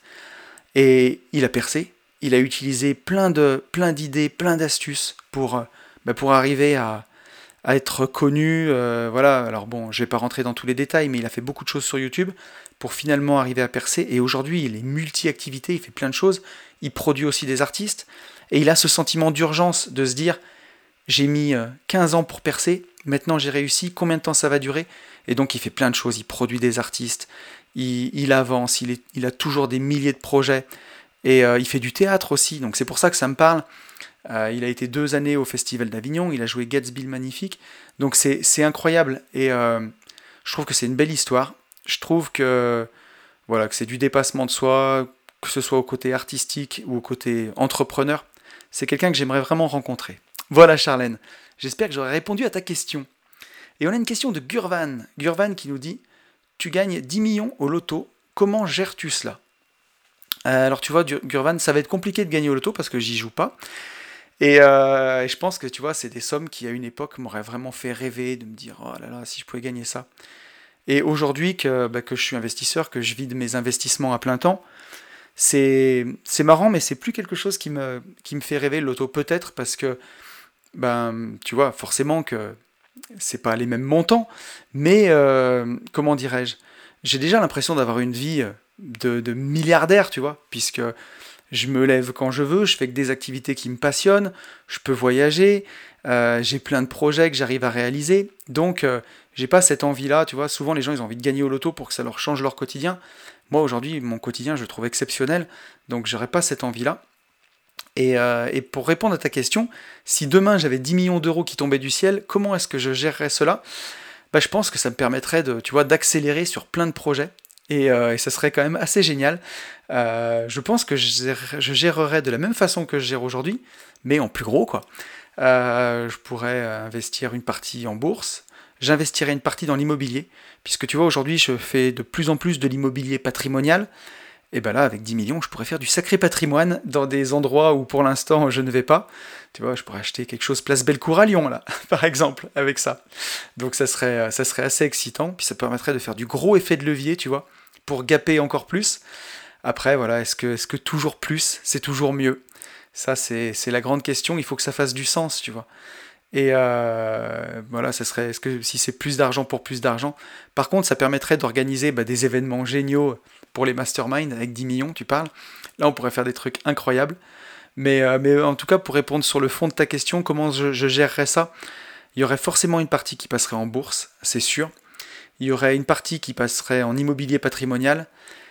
Et il a percé, il a utilisé plein d'idées, plein d'astuces pour arriver à être connu. Voilà, alors bon, je vais pas rentrer dans tous les détails, mais il a fait beaucoup de choses sur YouTube pour finalement arriver à percer. Et aujourd'hui, il est multi-activité, il fait plein de choses. Il produit aussi des artistes. Et il a ce sentiment d'urgence de se dire j'ai mis 15 ans pour percer, maintenant j'ai réussi, combien de temps ça va durer? Et donc il fait plein de choses, il produit des artistes, il avance, il a toujours des milliers de projets. Et il fait du théâtre aussi, donc c'est pour ça que ça me parle. Il a été 2 années au Festival d'Avignon, il a joué Gatsby le Magnifique. Donc c'est incroyable. Et je trouve que c'est une belle histoire. Je trouve que c'est du dépassement de soi, que ce soit au côté artistique ou au côté entrepreneur. C'est quelqu'un que j'aimerais vraiment rencontrer. Voilà Charlène, j'espère que j'aurai répondu à ta question. Et on a une question de Gurvan. Gurvan qui nous dit tu gagnes 10 millions au loto, comment gères-tu cela? Alors tu vois, Gurvan, ça va être compliqué de gagner au loto parce que j'y joue pas. Et je pense que tu vois, c'est des sommes qui à une époque m'auraient vraiment fait rêver, de me dire oh là là, si je pouvais gagner ça. Et aujourd'hui que je suis investisseur, que je vis de mes investissements à plein temps, c'est marrant, mais c'est plus quelque chose qui me fait rêver le loto. Peut-être parce que, tu vois, forcément que c'est pas les mêmes montants, mais comment dirais-je? J'ai déjà l'impression d'avoir une vie de milliardaire, tu vois, puisque je me lève quand je veux, je fais que des activités qui me passionnent, je peux voyager, j'ai plein de projets que j'arrive à réaliser, donc j'ai pas cette envie-là, tu vois, souvent les gens ils ont envie de gagner au loto pour que ça leur change leur quotidien. Moi aujourd'hui, mon quotidien je le trouve exceptionnel, donc j'aurais pas cette envie-là. Et pour répondre à ta question, si demain j'avais 10 millions d'euros qui tombaient du ciel, comment est-ce que je gérerais cela? Je pense que ça me permettrait tu vois, d'accélérer sur plein de projets. Et ça serait quand même assez génial. Je pense que je gérerais de la même façon que je gère aujourd'hui, mais en plus gros, quoi. Je pourrais investir une partie en bourse, j'investirais une partie dans l'immobilier, puisque tu vois, aujourd'hui, je fais de plus en plus de l'immobilier patrimonial. Et là, avec 10 millions, je pourrais faire du sacré patrimoine dans des endroits où pour l'instant je ne vais pas. Tu vois, je pourrais acheter quelque chose place Bellecour à Lyon, là, par exemple, avec ça. Donc ça serait assez excitant, puis ça permettrait de faire du gros effet de levier, tu vois, pour gaper encore plus. Après, voilà, est-ce que toujours plus, c'est toujours mieux? Ça, c'est la grande question, il faut que ça fasse du sens, tu vois. Et voilà, ça serait, est-ce que si c'est plus d'argent pour plus d'argent? Par contre, ça permettrait d'organiser des événements géniaux pour les masterminds avec 10 millions, tu parles. Là, on pourrait faire des trucs incroyables. Mais en tout cas, pour répondre sur le fond de ta question, comment je gérerais ça? Il y aurait forcément une partie qui passerait en bourse, c'est sûr. Il y aurait une partie qui passerait en immobilier patrimonial.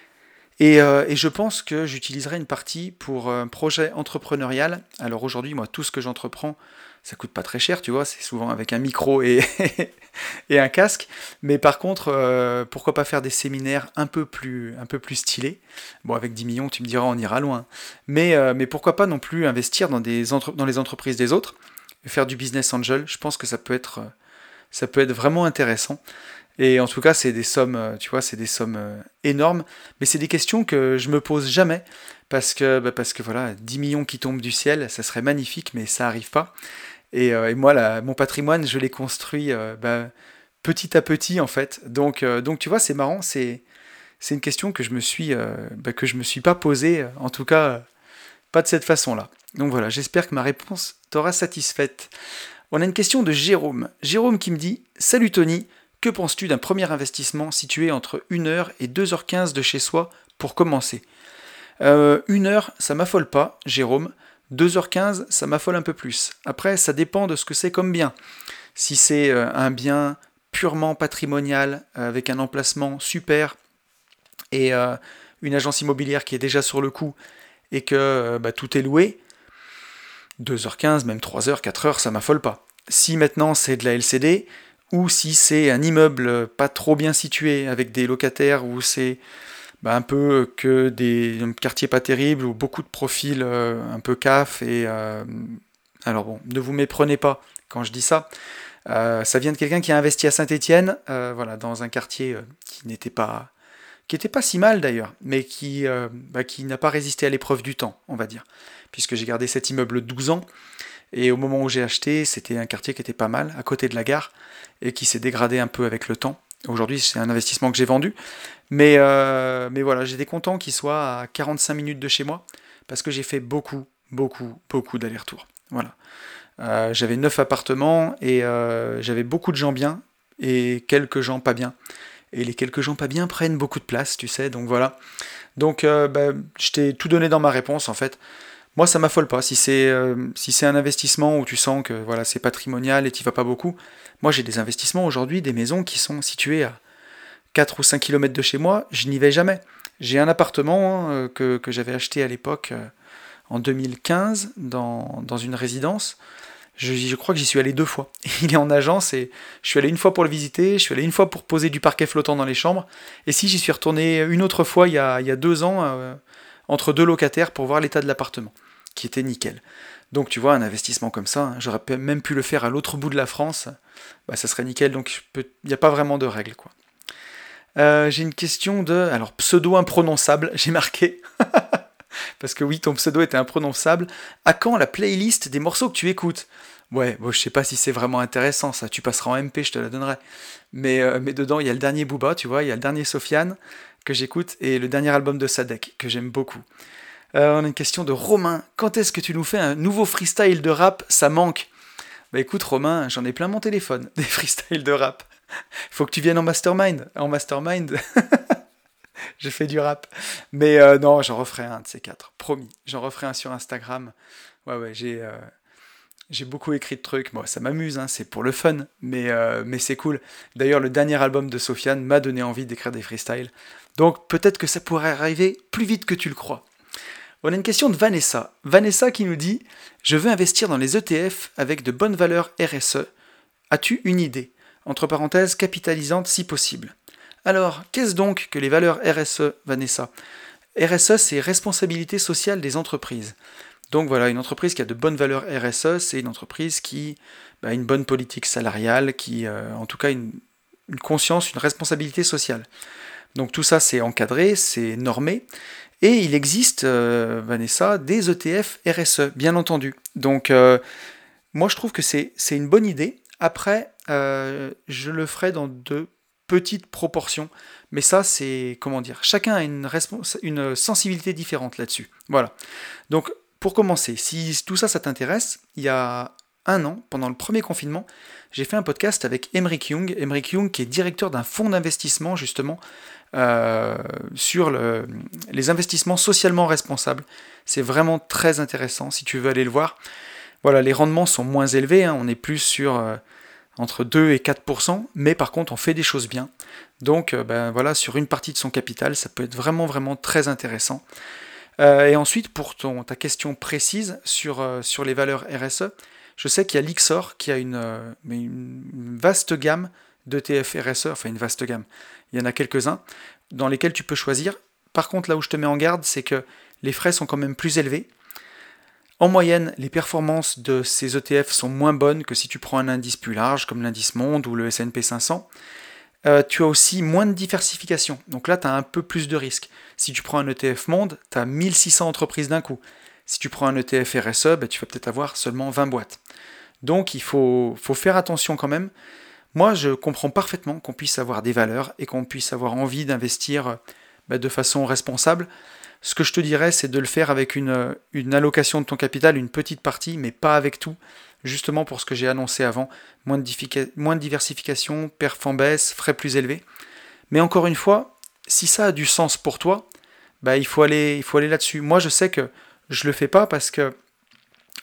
Et je pense que j'utiliserai une partie pour un projet entrepreneurial. Alors aujourd'hui, moi, tout ce que j'entreprends, ça coûte pas très cher, tu vois, c'est souvent avec un micro et un casque. Mais par contre, pourquoi pas faire des séminaires un peu plus stylés? Bon, avec 10 millions, tu me diras, on ira loin. Mais pourquoi pas non plus investir dans dans les entreprises des autres, et faire du business angel? Je pense que ça peut être vraiment intéressant. Et en tout cas, c'est des sommes, tu vois, c'est des sommes énormes. Mais c'est des questions que je me pose jamais. Parce que voilà, 10 millions qui tombent du ciel, ça serait magnifique, mais ça arrive pas. Et moi, mon patrimoine, je l'ai construit petit à petit, en fait. Donc tu vois, c'est marrant, c'est une question que je me suis pas posée, en tout cas, pas de cette façon-là. Donc voilà, j'espère que ma réponse t'aura satisfaite. On a une question de Jérôme. Jérôme qui me dit « Salut Tony, que penses-tu d'un premier investissement situé entre 1 heure et 2h15 de chez soi pour commencer ?» 1 heure, ça m'affole pas, Jérôme, 2h15, ça m'affole un peu plus. Après, ça dépend de ce que c'est comme bien. Si c'est un bien purement patrimonial, avec un emplacement super, et une agence immobilière qui est déjà sur le coup, et que tout est loué, 2h15, même 3h, 4h, ça m'affole pas. Si maintenant c'est de la LCD, ou si c'est un immeuble pas trop bien situé, avec des locataires où c'est un peu que des quartiers pas terribles, ou beaucoup de profils un peu CAF, et alors bon, ne vous méprenez pas quand je dis ça. Ça vient de quelqu'un qui a investi à Saint-Étienne, voilà, dans un quartier qui était pas si mal d'ailleurs, mais qui n'a pas résisté à l'épreuve du temps, on va dire. Puisque j'ai gardé cet immeuble 12 ans, et au moment où j'ai acheté, c'était un quartier qui était pas mal, à côté de la gare, et qui s'est dégradé un peu avec le temps. Aujourd'hui, c'est un investissement que j'ai vendu, mais voilà, j'étais content qu'il soit à 45 minutes de chez moi, parce que j'ai fait beaucoup, beaucoup, beaucoup d'allers-retours. Voilà. J'avais 9 appartements, et j'avais beaucoup de gens bien, et quelques gens pas bien. Et les quelques gens pas bien prennent beaucoup de place, tu sais, donc voilà. Donc je t'ai tout donné dans ma réponse, en fait. Moi, ça m'affole pas. Si c'est un investissement où tu sens que voilà, c'est patrimonial et tu vas pas beaucoup. Moi, j'ai des investissements aujourd'hui, des maisons qui sont situées à 4 ou 5 kilomètres de chez moi, je n'y vais jamais. J'ai un appartement que j'avais acheté à l'époque, en 2015, dans une résidence. Je crois que j'y suis allé 2 fois. Il est en agence, et je suis allé une fois pour le visiter, je suis allé une fois pour poser du parquet flottant dans les chambres, et si j'y suis retourné une autre fois il y a 2 ans, entre deux locataires, pour voir l'état de l'appartement, qui était nickel. Donc tu vois, un investissement comme ça, hein, j'aurais même pu le faire à l'autre bout de la France, ça serait nickel, donc il n'y a pas vraiment de règle, quoi. J'ai une question alors, pseudo imprononçable, j'ai marqué, parce que oui, ton pseudo était imprononçable. À quand la playlist des morceaux que tu écoutes? Ouais, bon, je sais pas si c'est vraiment intéressant, ça, tu passeras en MP, je te la donnerai. Mais dedans, il y a le dernier Booba, tu vois, il y a le dernier Sofiane que j'écoute, et le dernier album de Sadek, que j'aime beaucoup. On a une question de Romain. Quand est-ce que tu nous fais un nouveau freestyle de rap? Ça manque. Bah écoute, Romain, j'en ai plein mon téléphone, des freestyles de rap. Faut que tu viennes en mastermind. En mastermind, j'ai fait du rap. Mais non, j'en referai un de ces quatre. Promis. J'en referai un sur Instagram. Ouais, ouais, j'ai beaucoup écrit de trucs. Moi, ça m'amuse, hein, c'est pour le fun. Mais c'est cool. D'ailleurs, le dernier album de Sofiane m'a donné envie d'écrire des freestyles. Donc peut-être que ça pourrait arriver plus vite que tu le crois. On a une question de Vanessa. Vanessa qui nous dit: je veux investir dans les ETF avec de bonnes valeurs RSE. As-tu une idée? Entre parenthèses, capitalisante si possible. Alors, qu'est-ce donc que les valeurs RSE, Vanessa? RSE, c'est responsabilité sociale des entreprises. Donc voilà, une entreprise qui a de bonnes valeurs RSE, c'est une entreprise qui a une bonne politique salariale, qui en tout cas une conscience, une responsabilité sociale. Donc tout ça, c'est encadré, c'est normé. Et il existe, Vanessa, des ETF RSE, bien entendu. Donc moi, je trouve que c'est une bonne idée. Après, je le ferai dans de petites proportions. Mais ça, c'est, comment dire, chacun a une sensibilité différente là-dessus. Voilà. Donc, pour commencer, si tout ça, ça t'intéresse, il y a un an, pendant le premier confinement, j'ai fait un podcast avec Emeric Young. Emeric Young, qui est directeur d'un fonds d'investissement, justement, sur les investissements socialement responsables. C'est vraiment très intéressant, si tu veux aller le voir. Voilà, les rendements sont moins élevés, hein, on est plus sur entre 2 et 4%, mais par contre on fait des choses bien. Donc voilà, sur une partie de son capital, ça peut être vraiment vraiment très intéressant. Et ensuite, pour ta question précise sur les valeurs RSE, je sais qu'il y a l'Ixor qui a une vaste gamme d'ETF RSE, enfin une vaste gamme, il y en a quelques-uns, dans lesquels tu peux choisir. Par contre, là où je te mets en garde, c'est que les frais sont quand même plus élevés. En moyenne, les performances de ces ETF sont moins bonnes que si tu prends un indice plus large, comme l'indice Monde ou le S&P 500. Tu as aussi moins de diversification. Donc là, tu as un peu plus de risques. Si tu prends un ETF Monde, tu as 1600 entreprises d'un coup. Si tu prends un ETF RSE, tu vas peut-être avoir seulement 20 boîtes. Donc il faut faire attention quand même. Moi, je comprends parfaitement qu'on puisse avoir des valeurs et qu'on puisse avoir envie d'investir de façon responsable. Ce que je te dirais, c'est de le faire avec une allocation de ton capital, une petite partie, mais pas avec tout, justement pour ce que j'ai annoncé avant, moins de diversification, perf en baisse, frais plus élevés. Mais encore une fois, si ça a du sens pour toi, il faut aller là-dessus. Moi, je sais que je le fais pas parce que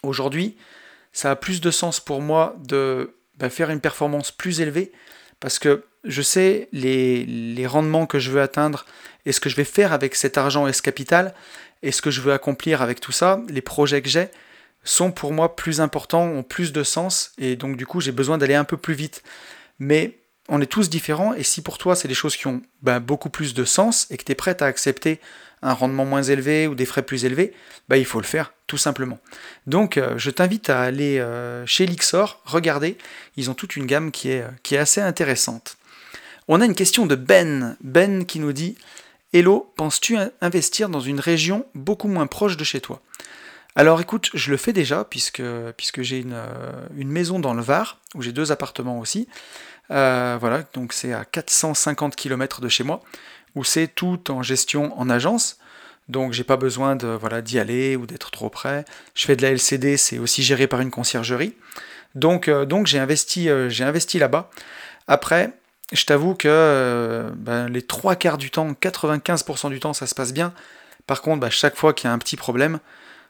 Aujourd'hui, ça a plus de sens pour moi de faire une performance plus élevée parce que je sais les rendements que je veux atteindre et ce que je vais faire avec cet argent et ce capital et ce que je veux accomplir avec tout ça, les projets que j'ai sont pour moi plus importants, ont plus de sens et donc du coup j'ai besoin d'aller un peu plus vite. Mais on est tous différents et si pour toi c'est des choses qui ont beaucoup plus de sens et que tu es prête à accepter un rendement moins élevé ou des frais plus élevés, il faut le faire tout simplement. Donc je t'invite à aller chez Lixor, regarder, ils ont toute une gamme qui est assez intéressante. On a une question de Ben qui nous dit Hello, penses-tu investir dans une région beaucoup moins proche de chez toi? Alors écoute, je le fais déjà puisque j'ai une maison dans le Var où j'ai 2 appartements aussi. Voilà, donc c'est à 450 km de chez moi, où c'est tout en gestion en agence. Donc j'ai pas besoin d'y aller ou d'être trop près. Je fais de la LCD, c'est aussi géré par une conciergerie. Donc j'ai investi là-bas. Après, je t'avoue que les 3 quarts du temps, 95% du temps, ça se passe bien. Par contre, chaque fois qu'il y a un petit problème,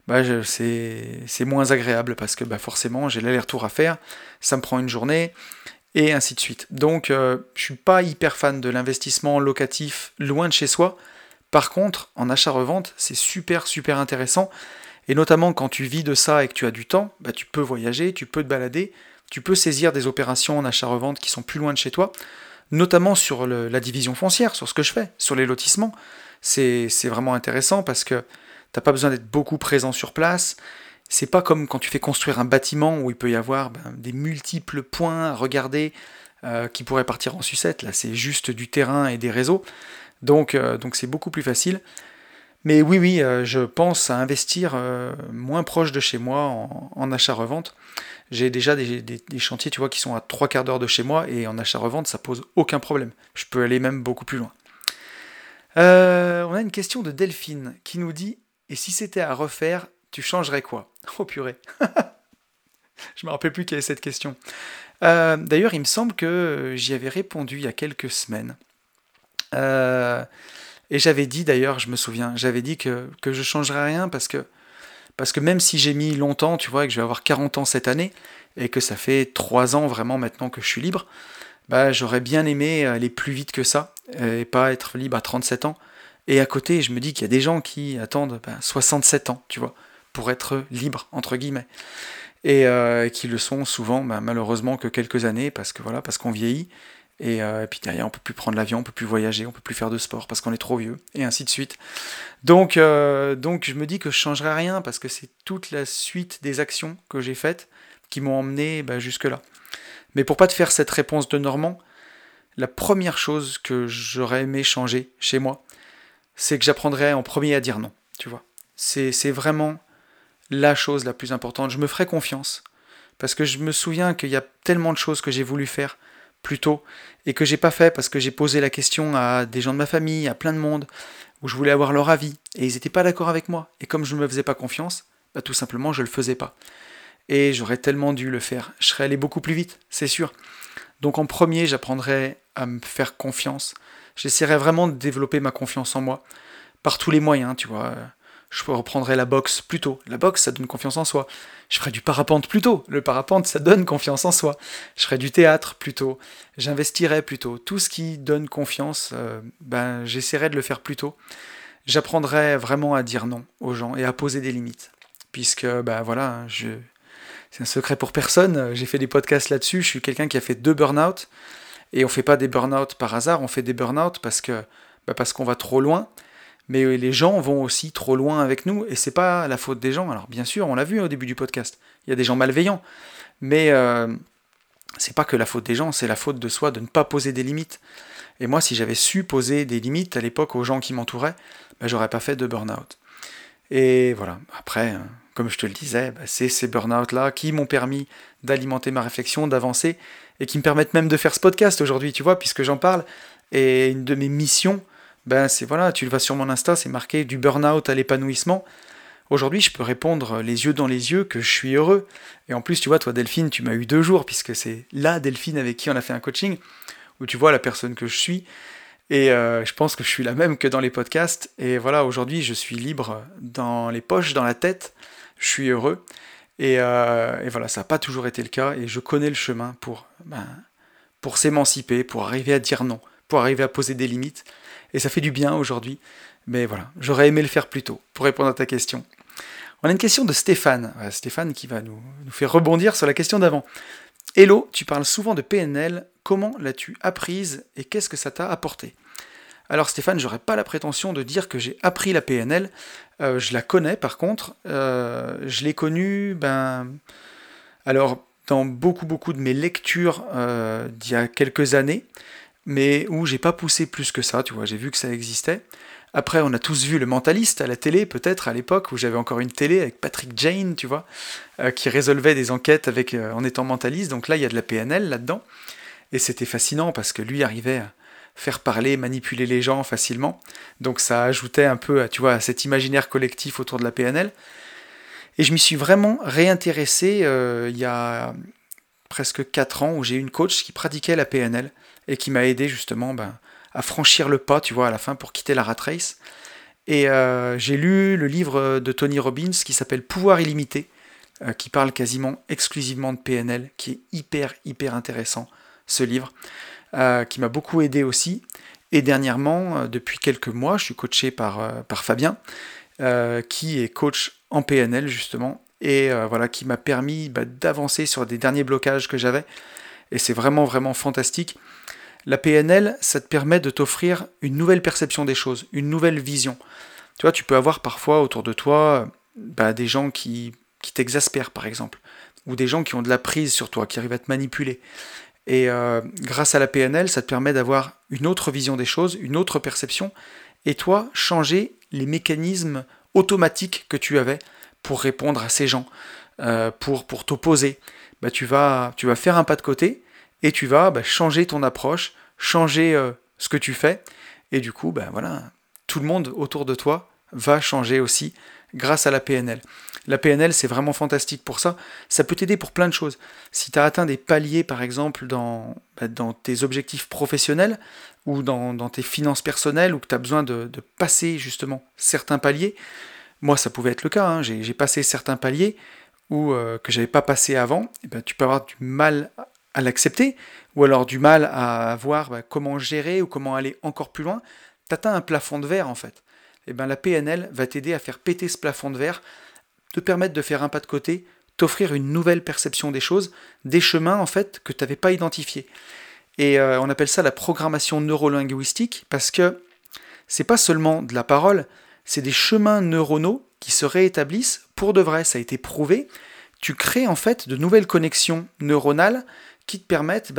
c'est moins agréable parce que forcément j'ai l'aller-retour à faire, ça me prend une journée et ainsi de suite. Donc je suis pas hyper fan de l'investissement locatif loin de chez soi. Par contre, en achat-revente, c'est super super intéressant et notamment quand tu vis de ça et que tu as du temps, tu peux voyager, tu peux te balader, tu peux saisir des opérations en achat-revente qui sont plus loin de chez toi, notamment sur la division foncière, sur ce que je fais, sur les lotissements. C'est vraiment intéressant parce que t'as pas besoin d'être beaucoup présent sur place. C'est pas comme quand tu fais construire un bâtiment où il peut y avoir des multiples points à regarder qui pourraient partir en sucette. Là, c'est juste du terrain et des réseaux. Donc c'est beaucoup plus facile. Mais oui, je pense à investir moins proche de chez moi en achat-revente. J'ai déjà des chantiers, tu vois, qui sont à 3 quarts d'heure de chez moi et en achat-revente, ça pose aucun problème. Je peux aller même beaucoup plus loin. On a une question de Delphine qui nous dit « Et si c'était à refaire, tu changerais quoi ?» Oh purée. Je me rappelle plus quelle est cette question. D'ailleurs, il me semble que j'y avais répondu il y a quelques semaines. Et j'avais dit d'ailleurs, je me souviens, j'avais dit que je changerais rien parce que même si j'ai mis longtemps, tu vois, et que je vais avoir 40 ans cette année, et que ça fait 3 ans vraiment maintenant que je suis libre, j'aurais bien aimé aller plus vite que ça, et pas être libre à 37 ans. Et à côté, je me dis qu'il y a des gens qui attendent 67 ans, tu vois, pour être libre, entre guillemets. Et qui le sont souvent, malheureusement, que quelques années, parce qu'on vieillit. Et puis derrière, on peut plus prendre l'avion, on peut plus voyager, on peut plus faire de sport parce qu'on est trop vieux, et ainsi de suite. Donc je me dis que je changerai rien parce que c'est toute la suite des actions que j'ai faites qui m'ont emmené jusque-là. Mais pour pas te faire cette réponse de Normand, la première chose que j'aurais aimé changer chez moi, c'est que j'apprendrais en premier à dire non, tu vois. C'est vraiment la chose la plus importante. Je me ferai confiance parce que je me souviens qu'il y a tellement de choses que j'ai voulu faire plus tôt et que j'ai pas fait parce que j'ai posé la question à des gens de ma famille, à plein de monde, où je voulais avoir leur avis et ils n'étaient pas d'accord avec moi. Et comme je ne me faisais pas confiance, tout simplement je le faisais pas. Et j'aurais tellement dû le faire. Je serais allé beaucoup plus vite, c'est sûr. Donc en premier, j'apprendrais à me faire confiance. J'essaierais vraiment de développer ma confiance en moi par tous les moyens, tu vois. Je reprendrais la boxe plus tôt. La boxe, ça donne confiance en soi. Je ferais du parapente plus tôt. Le parapente, ça donne confiance en soi. Je ferais du théâtre plus tôt. J'investirais plus tôt. Tout ce qui donne confiance, j'essaierais de le faire plus tôt. J'apprendrais vraiment à dire non aux gens et à poser des limites. Puisque, c'est un secret pour personne. J'ai fait des podcasts là-dessus. Je suis quelqu'un qui a fait 2 burn-out. Et on fait pas des burn-out par hasard. On fait des burn-out parce qu'on va trop loin. Mais les gens vont aussi trop loin avec nous, et c'est pas la faute des gens. Alors bien sûr, on l'a vu au début du podcast, il y a des gens malveillants, mais c'est pas que la faute des gens, c'est la faute de soi de ne pas poser des limites. Et moi, si j'avais su poser des limites à l'époque aux gens qui m'entouraient, j'aurais pas fait de burn-out. Et voilà, après, comme je te le disais, c'est ces burn-out-là qui m'ont permis d'alimenter ma réflexion, d'avancer, et qui me permettent même de faire ce podcast aujourd'hui, tu vois, puisque j'en parle, et une de mes missions, c'est voilà, tu le vas sur mon Insta, c'est marqué du burn-out à l'épanouissement. Aujourd'hui, je peux répondre les yeux dans les yeux que je suis heureux. Et en plus, tu vois, toi, Delphine, tu m'as eu 2 jours, puisque c'est la Delphine avec qui on a fait un coaching, où tu vois la personne que je suis. Et je pense que je suis la même que dans les podcasts. Et voilà, aujourd'hui, je suis libre dans les poches, dans la tête. Je suis heureux. Et voilà, ça n'a pas toujours été le cas, et je connais le chemin pour s'émanciper, pour arriver à dire non, pour arriver à poser des limites, et ça fait du bien aujourd'hui. Mais voilà, j'aurais aimé le faire plus tôt, pour répondre à ta question. On a une question de Stéphane. Stéphane qui va nous faire rebondir sur la question d'avant. Hello, tu parles souvent de PNL, comment l'as-tu apprise et qu'est-ce que ça t'a apporté? Alors Stéphane, j'aurais pas la prétention de dire que j'ai appris la PNL, je la connais par contre, je l'ai connue, alors dans beaucoup de mes lectures d'il y a quelques années, mais où j'ai pas poussé plus que ça, tu vois, j'ai vu que ça existait. Après, on a tous vu Le Mentaliste à la télé, peut-être à l'époque où j'avais encore une télé avec Patrick Jane, tu vois, qui résolvait des enquêtes en étant mentaliste. Donc là, il y a de la PNL là-dedans, et c'était fascinant parce que lui arrivait à faire parler, manipuler les gens facilement. Donc ça ajoutait un peu, tu vois, à cet imaginaire collectif autour de la PNL. Et je m'y suis vraiment réintéressé il y a presque 4 ans où j'ai eu une coach qui pratiquait la PNL et qui m'a aidé justement à franchir le pas, tu vois, à la fin pour quitter la rat race. Et j'ai lu le livre de Tony Robbins qui s'appelle Pouvoir illimité, qui parle quasiment exclusivement de PNL, qui est hyper intéressant, ce livre, qui m'a beaucoup aidé aussi. Et dernièrement, depuis quelques mois, je suis coaché par Fabien, qui est coach en PNL justement, et voilà, qui m'a permis d'avancer sur des derniers blocages que j'avais. Et c'est vraiment fantastique. La PNL, ça te permet de t'offrir une nouvelle perception des choses, une nouvelle vision. Tu vois, tu peux avoir parfois autour de toi des gens qui t'exaspèrent, par exemple, ou des gens qui ont de la prise sur toi, qui arrivent à te manipuler. Et grâce à la PNL, ça te permet d'avoir une autre vision des choses, une autre perception, et toi, changer les mécanismes automatiques que tu avais pour répondre à ces gens, pour t'opposer. Tu vas faire un pas de côté, et tu vas changer ton approche, changer ce que tu fais, et du coup, voilà, tout le monde autour de toi va changer aussi grâce à la PNL. La PNL, c'est vraiment fantastique pour ça. Ça peut t'aider pour plein de choses. Si tu as atteint des paliers, par exemple, dans tes objectifs professionnels ou dans tes finances personnelles, ou que tu as besoin de passer justement certains paliers, moi ça pouvait être le cas, hein. J'ai passé certains paliers que j'avais pas passé avant, et tu peux avoir du mal à l'accepter, ou alors du mal à voir comment gérer ou comment aller encore plus loin. Tu atteins un plafond de verre en fait. Et la PNL va t'aider à faire péter ce plafond de verre, te permettre de faire un pas de côté, t'offrir une nouvelle perception des choses, des chemins en fait que tu n'avais pas identifiés. Et on appelle ça la programmation neurolinguistique parce que c'est pas seulement de la parole, c'est des chemins neuronaux qui se réétablissent pour de vrai, ça a été prouvé. Tu crées en fait de nouvelles connexions neuronales qui te permettent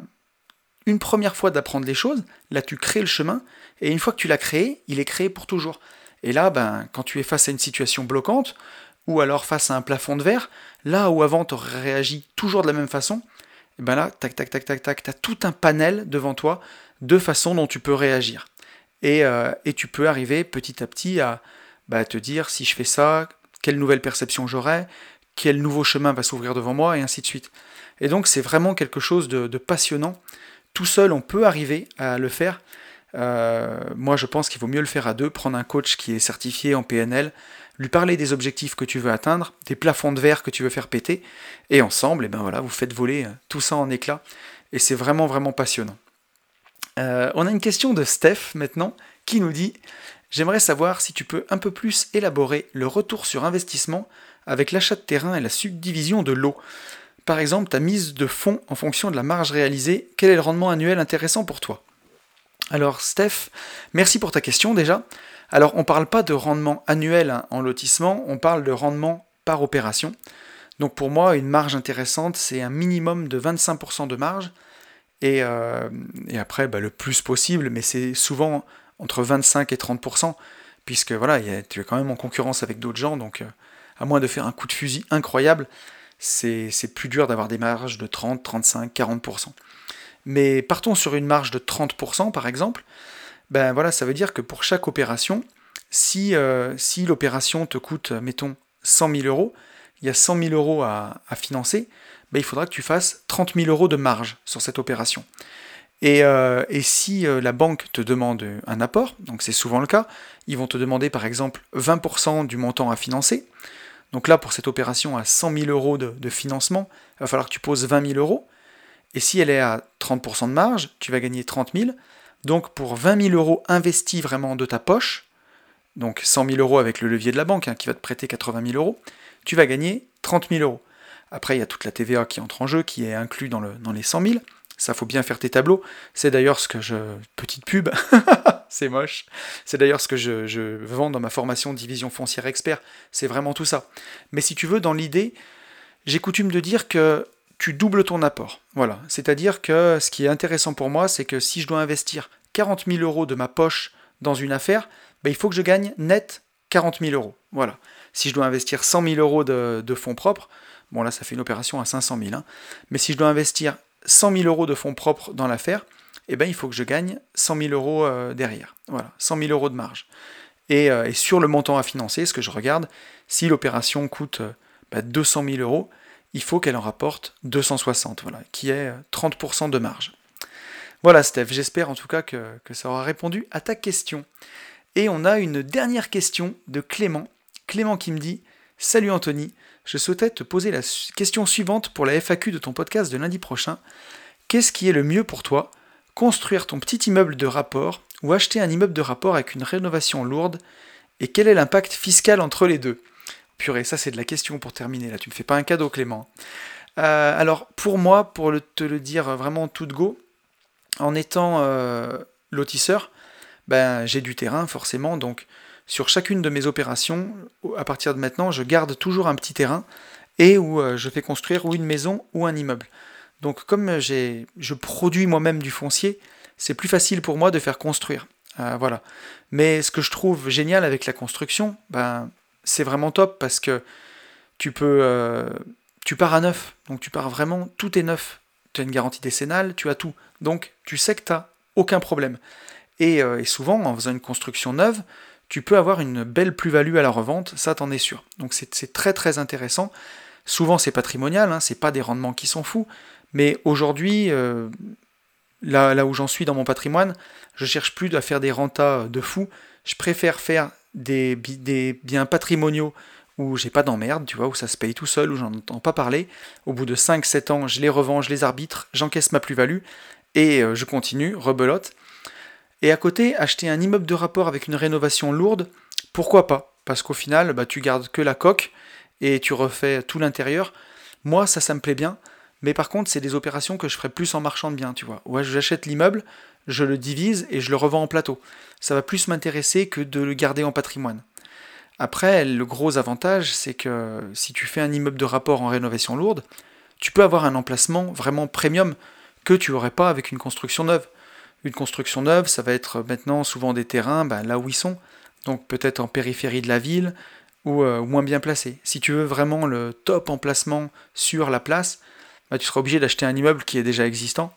une première fois d'apprendre les choses, là tu crées le chemin, et une fois que tu l'as créé, il est créé pour toujours. Et là, quand tu es face à une situation bloquante, ou alors face à un plafond de verre, là où avant tu aurais réagi toujours de la même façon, et là, tac, tu as tout un panel devant toi de façons dont tu peux réagir. Et tu peux arriver petit à petit à te dire, si je fais ça, quelle nouvelle perception j'aurai, quel nouveau chemin va s'ouvrir devant moi, et ainsi de suite. Et donc c'est vraiment quelque chose de passionnant. Tout seul, on peut arriver à le faire. Moi, je pense qu'il vaut mieux le faire à deux, prendre un coach qui est certifié en PNL, lui parler des objectifs que tu veux atteindre, des plafonds de verre que tu veux faire péter, et ensemble, voilà, vous faites voler tout ça en éclats, et c'est vraiment passionnant. On a une question de Steph maintenant, qui nous dit « J'aimerais savoir si tu peux un peu plus élaborer le retour sur investissement avec l'achat de terrain et la subdivision de lots. Par exemple, ta mise de fonds en fonction de la marge réalisée, quel est le rendement annuel intéressant pour toi ?» Alors Steph, merci pour ta question déjà. Alors on ne parle pas de rendement annuel en lotissement, on parle de rendement par opération. Donc pour moi, une marge intéressante, c'est un minimum de 25% de marge, et après le plus possible, mais c'est souvent entre 25 et 30%, puisque voilà, tu es quand même en concurrence avec d'autres gens, donc à moins de faire un coup de fusil incroyable, c'est plus dur d'avoir des marges de 30, 35, 40%. Mais partons sur une marge de 30% par exemple, voilà, ça veut dire que pour chaque opération, si l'opération te coûte, mettons, 100 000 euros, il y a 100 000 euros à financer, il faudra que tu fasses 30 000 euros de marge sur cette opération. Et si la banque te demande un apport, donc c'est souvent le cas, ils vont te demander par exemple 20% du montant à financer, Donc là, pour cette opération à 100 000 euros de financement, il va falloir que tu poses 20 000 euros. Et si elle est à 30% de marge, tu vas gagner 30 000. Donc pour 20 000 euros investis vraiment de ta poche, donc 100 000 euros avec le levier de la banque qui va te prêter 80 000 euros, tu vas gagner 30 000 euros. Après, il y a toute la TVA qui entre en jeu, qui est inclus dans les 100 000. Ça, faut bien faire tes tableaux. C'est d'ailleurs ce que Petite pub, c'est moche. C'est d'ailleurs ce que je vends dans ma formation Division Foncière Expert. C'est vraiment tout ça. Mais si tu veux, dans l'idée, j'ai coutume de dire que tu doubles ton apport. Voilà. C'est-à-dire que ce qui est intéressant pour moi, c'est que si je dois investir 40 000 euros de ma poche dans une affaire, il faut que je gagne net 40 000 euros. Voilà. Si je dois investir 100 000 euros de fonds propres, bon là ça fait une opération à 500 000, mais si je dois investir 100 000 euros de fonds propres dans l'affaire, il faut que je gagne 100 000 euros derrière. Voilà, 100 000 euros de marge. Et sur le montant à financer, ce que je regarde, si l'opération coûte 200 000 euros, il faut qu'elle en rapporte 260, voilà, qui est 30% de marge. Voilà Steph, j'espère en tout cas que ça aura répondu à ta question. Et on a une dernière question de Clément. Clément qui me dit « Salut Anthony, je souhaitais te poser la question suivante pour la FAQ de ton podcast de lundi prochain. Qu'est-ce qui est le mieux pour toi? Construire ton petit immeuble de rapport ou acheter un immeuble de rapport avec une rénovation lourde? Et quel est l'impact fiscal entre les deux ?» Purée, ça c'est de la question pour terminer, là tu me fais pas un cadeau Clément. Alors pour moi, te le dire vraiment tout de go, en étant lotisseur, j'ai du terrain forcément, donc sur chacune de mes opérations, à partir de maintenant, je garde toujours un petit terrain et où je fais construire ou une maison ou un immeuble. Donc comme je produis moi-même du foncier, c'est plus facile pour moi de faire construire. Voilà. Mais ce que je trouve génial avec la construction, c'est vraiment top parce que tu pars à neuf, donc tu pars vraiment, tout est neuf. Tu as une garantie décennale, tu as tout. Donc tu sais que tu n'as aucun problème. Et souvent, en faisant une construction neuve, tu peux avoir une belle plus-value à la revente, ça t'en es sûr. Donc c'est très très intéressant. Souvent c'est patrimonial, c'est pas des rendements qui sont fous, mais aujourd'hui, là où j'en suis dans mon patrimoine, je cherche plus à faire des rentas de fous, je préfère faire des biens patrimoniaux où j'ai pas d'emmerde, tu vois, où ça se paye tout seul, où j'en entends pas parler. Au bout de 5-7 ans, je les revends, je les arbitre, j'encaisse ma plus-value, et je continue, rebelote. Et à côté, acheter un immeuble de rapport avec une rénovation lourde, pourquoi pas? Parce qu'au final, tu gardes que la coque et tu refais tout l'intérieur. Moi, ça me plaît bien. Mais par contre, c'est des opérations que je ferais plus en marchand de biens, tu vois. Ouais, j'achète l'immeuble, je le divise et je le revends en plateau. Ça va plus m'intéresser que de le garder en patrimoine. Après, le gros avantage, c'est que si tu fais un immeuble de rapport en rénovation lourde, tu peux avoir un emplacement vraiment premium que tu n'aurais pas avec une construction neuve. Une construction neuve, ça va être maintenant souvent des terrains là où ils sont, donc peut-être en périphérie de la ville ou moins bien placés. Si tu veux vraiment le top emplacement sur la place, tu seras obligé d'acheter un immeuble qui est déjà existant.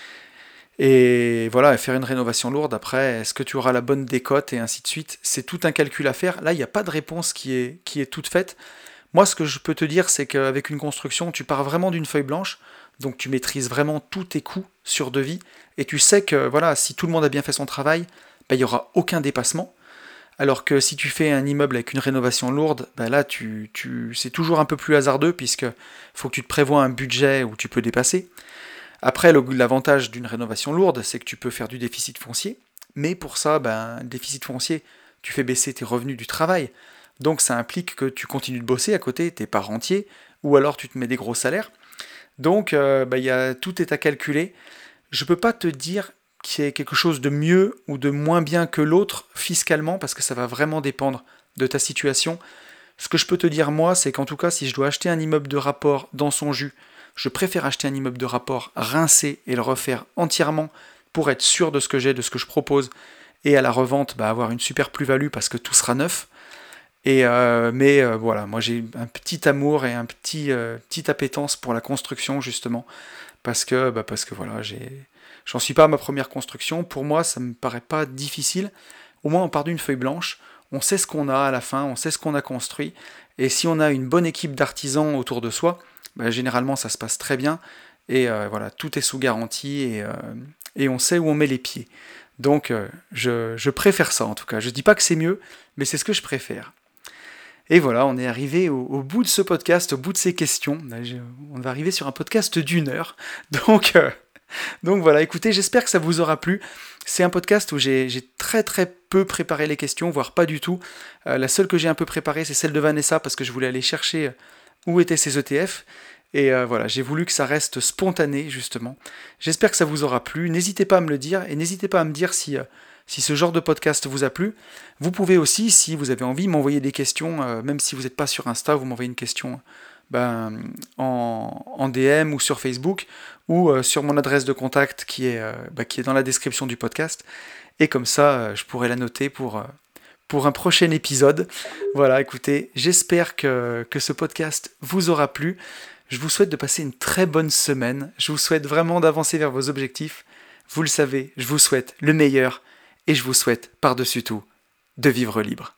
Et voilà, faire une rénovation lourde, après, est-ce que tu auras la bonne décote et ainsi de suite? C'est tout un calcul à faire. Là, il n'y a pas de réponse qui est toute faite. Moi, ce que je peux te dire, c'est qu'avec une construction, tu pars vraiment d'une feuille blanche, donc tu maîtrises vraiment tous tes coûts sur devis, et tu sais que voilà, si tout le monde a bien fait son travail, il n'y aura aucun dépassement. Alors que si tu fais un immeuble avec une rénovation lourde, là, c'est toujours un peu plus hasardeux, puisqu'il faut que tu te prévois un budget où tu peux dépasser. Après, l'avantage d'une rénovation lourde, c'est que tu peux faire du déficit foncier, mais pour ça, le déficit foncier, tu fais baisser tes revenus du travail, donc ça implique que tu continues de bosser à côté, t'es pas rentier, ou alors tu te mets des gros salaires. Donc tout est à calculer. Je peux pas te dire qu'il y ait quelque chose de mieux ou de moins bien que l'autre fiscalement, parce que ça va vraiment dépendre de ta situation. Ce que je peux te dire moi, c'est qu'en tout cas, si je dois acheter un immeuble de rapport dans son jus, je préfère acheter un immeuble de rapport rincé et le refaire entièrement pour être sûr de ce que j'ai, de ce que je propose, et à la revente, avoir une super plus-value parce que tout sera neuf. Mais voilà, moi j'ai un petit amour et petite appétence pour la construction justement, parce que voilà, j'en suis pas à ma première construction. Pour moi, ça me paraît pas difficile. Au moins, on part d'une feuille blanche, on sait ce qu'on a à la fin, on sait ce qu'on a construit, et si on a une bonne équipe d'artisans autour de soi, généralement ça se passe très bien, et voilà, tout est sous garantie, et on sait où on met les pieds. Donc je préfère ça en tout cas. Je dis pas que c'est mieux, mais c'est ce que je préfère. Et voilà, on est arrivé au bout de ce podcast, au bout de ces questions. On va arriver sur un podcast d'1 heure. Donc voilà, écoutez, j'espère que ça vous aura plu. C'est un podcast où j'ai très très peu préparé les questions, voire pas du tout. La seule que j'ai un peu préparée, c'est celle de Vanessa, parce que je voulais aller chercher où étaient ces ETF. Et voilà, j'ai voulu que ça reste spontané, justement. J'espère que ça vous aura plu. N'hésitez pas à me le dire, et n'hésitez pas à me dire si ce genre de podcast vous a plu. Vous pouvez aussi, si vous avez envie, m'envoyer des questions, même si vous n'êtes pas sur Insta, vous m'envoyez une question en DM ou sur Facebook, ou sur mon adresse de contact qui est dans la description du podcast. Et comme ça, je pourrai la noter pour un prochain épisode. Voilà, écoutez, j'espère que ce podcast vous aura plu. Je vous souhaite de passer une très bonne semaine. Je vous souhaite vraiment d'avancer vers vos objectifs. Vous le savez, je vous souhaite le meilleur et je vous souhaite par-dessus tout de vivre libre.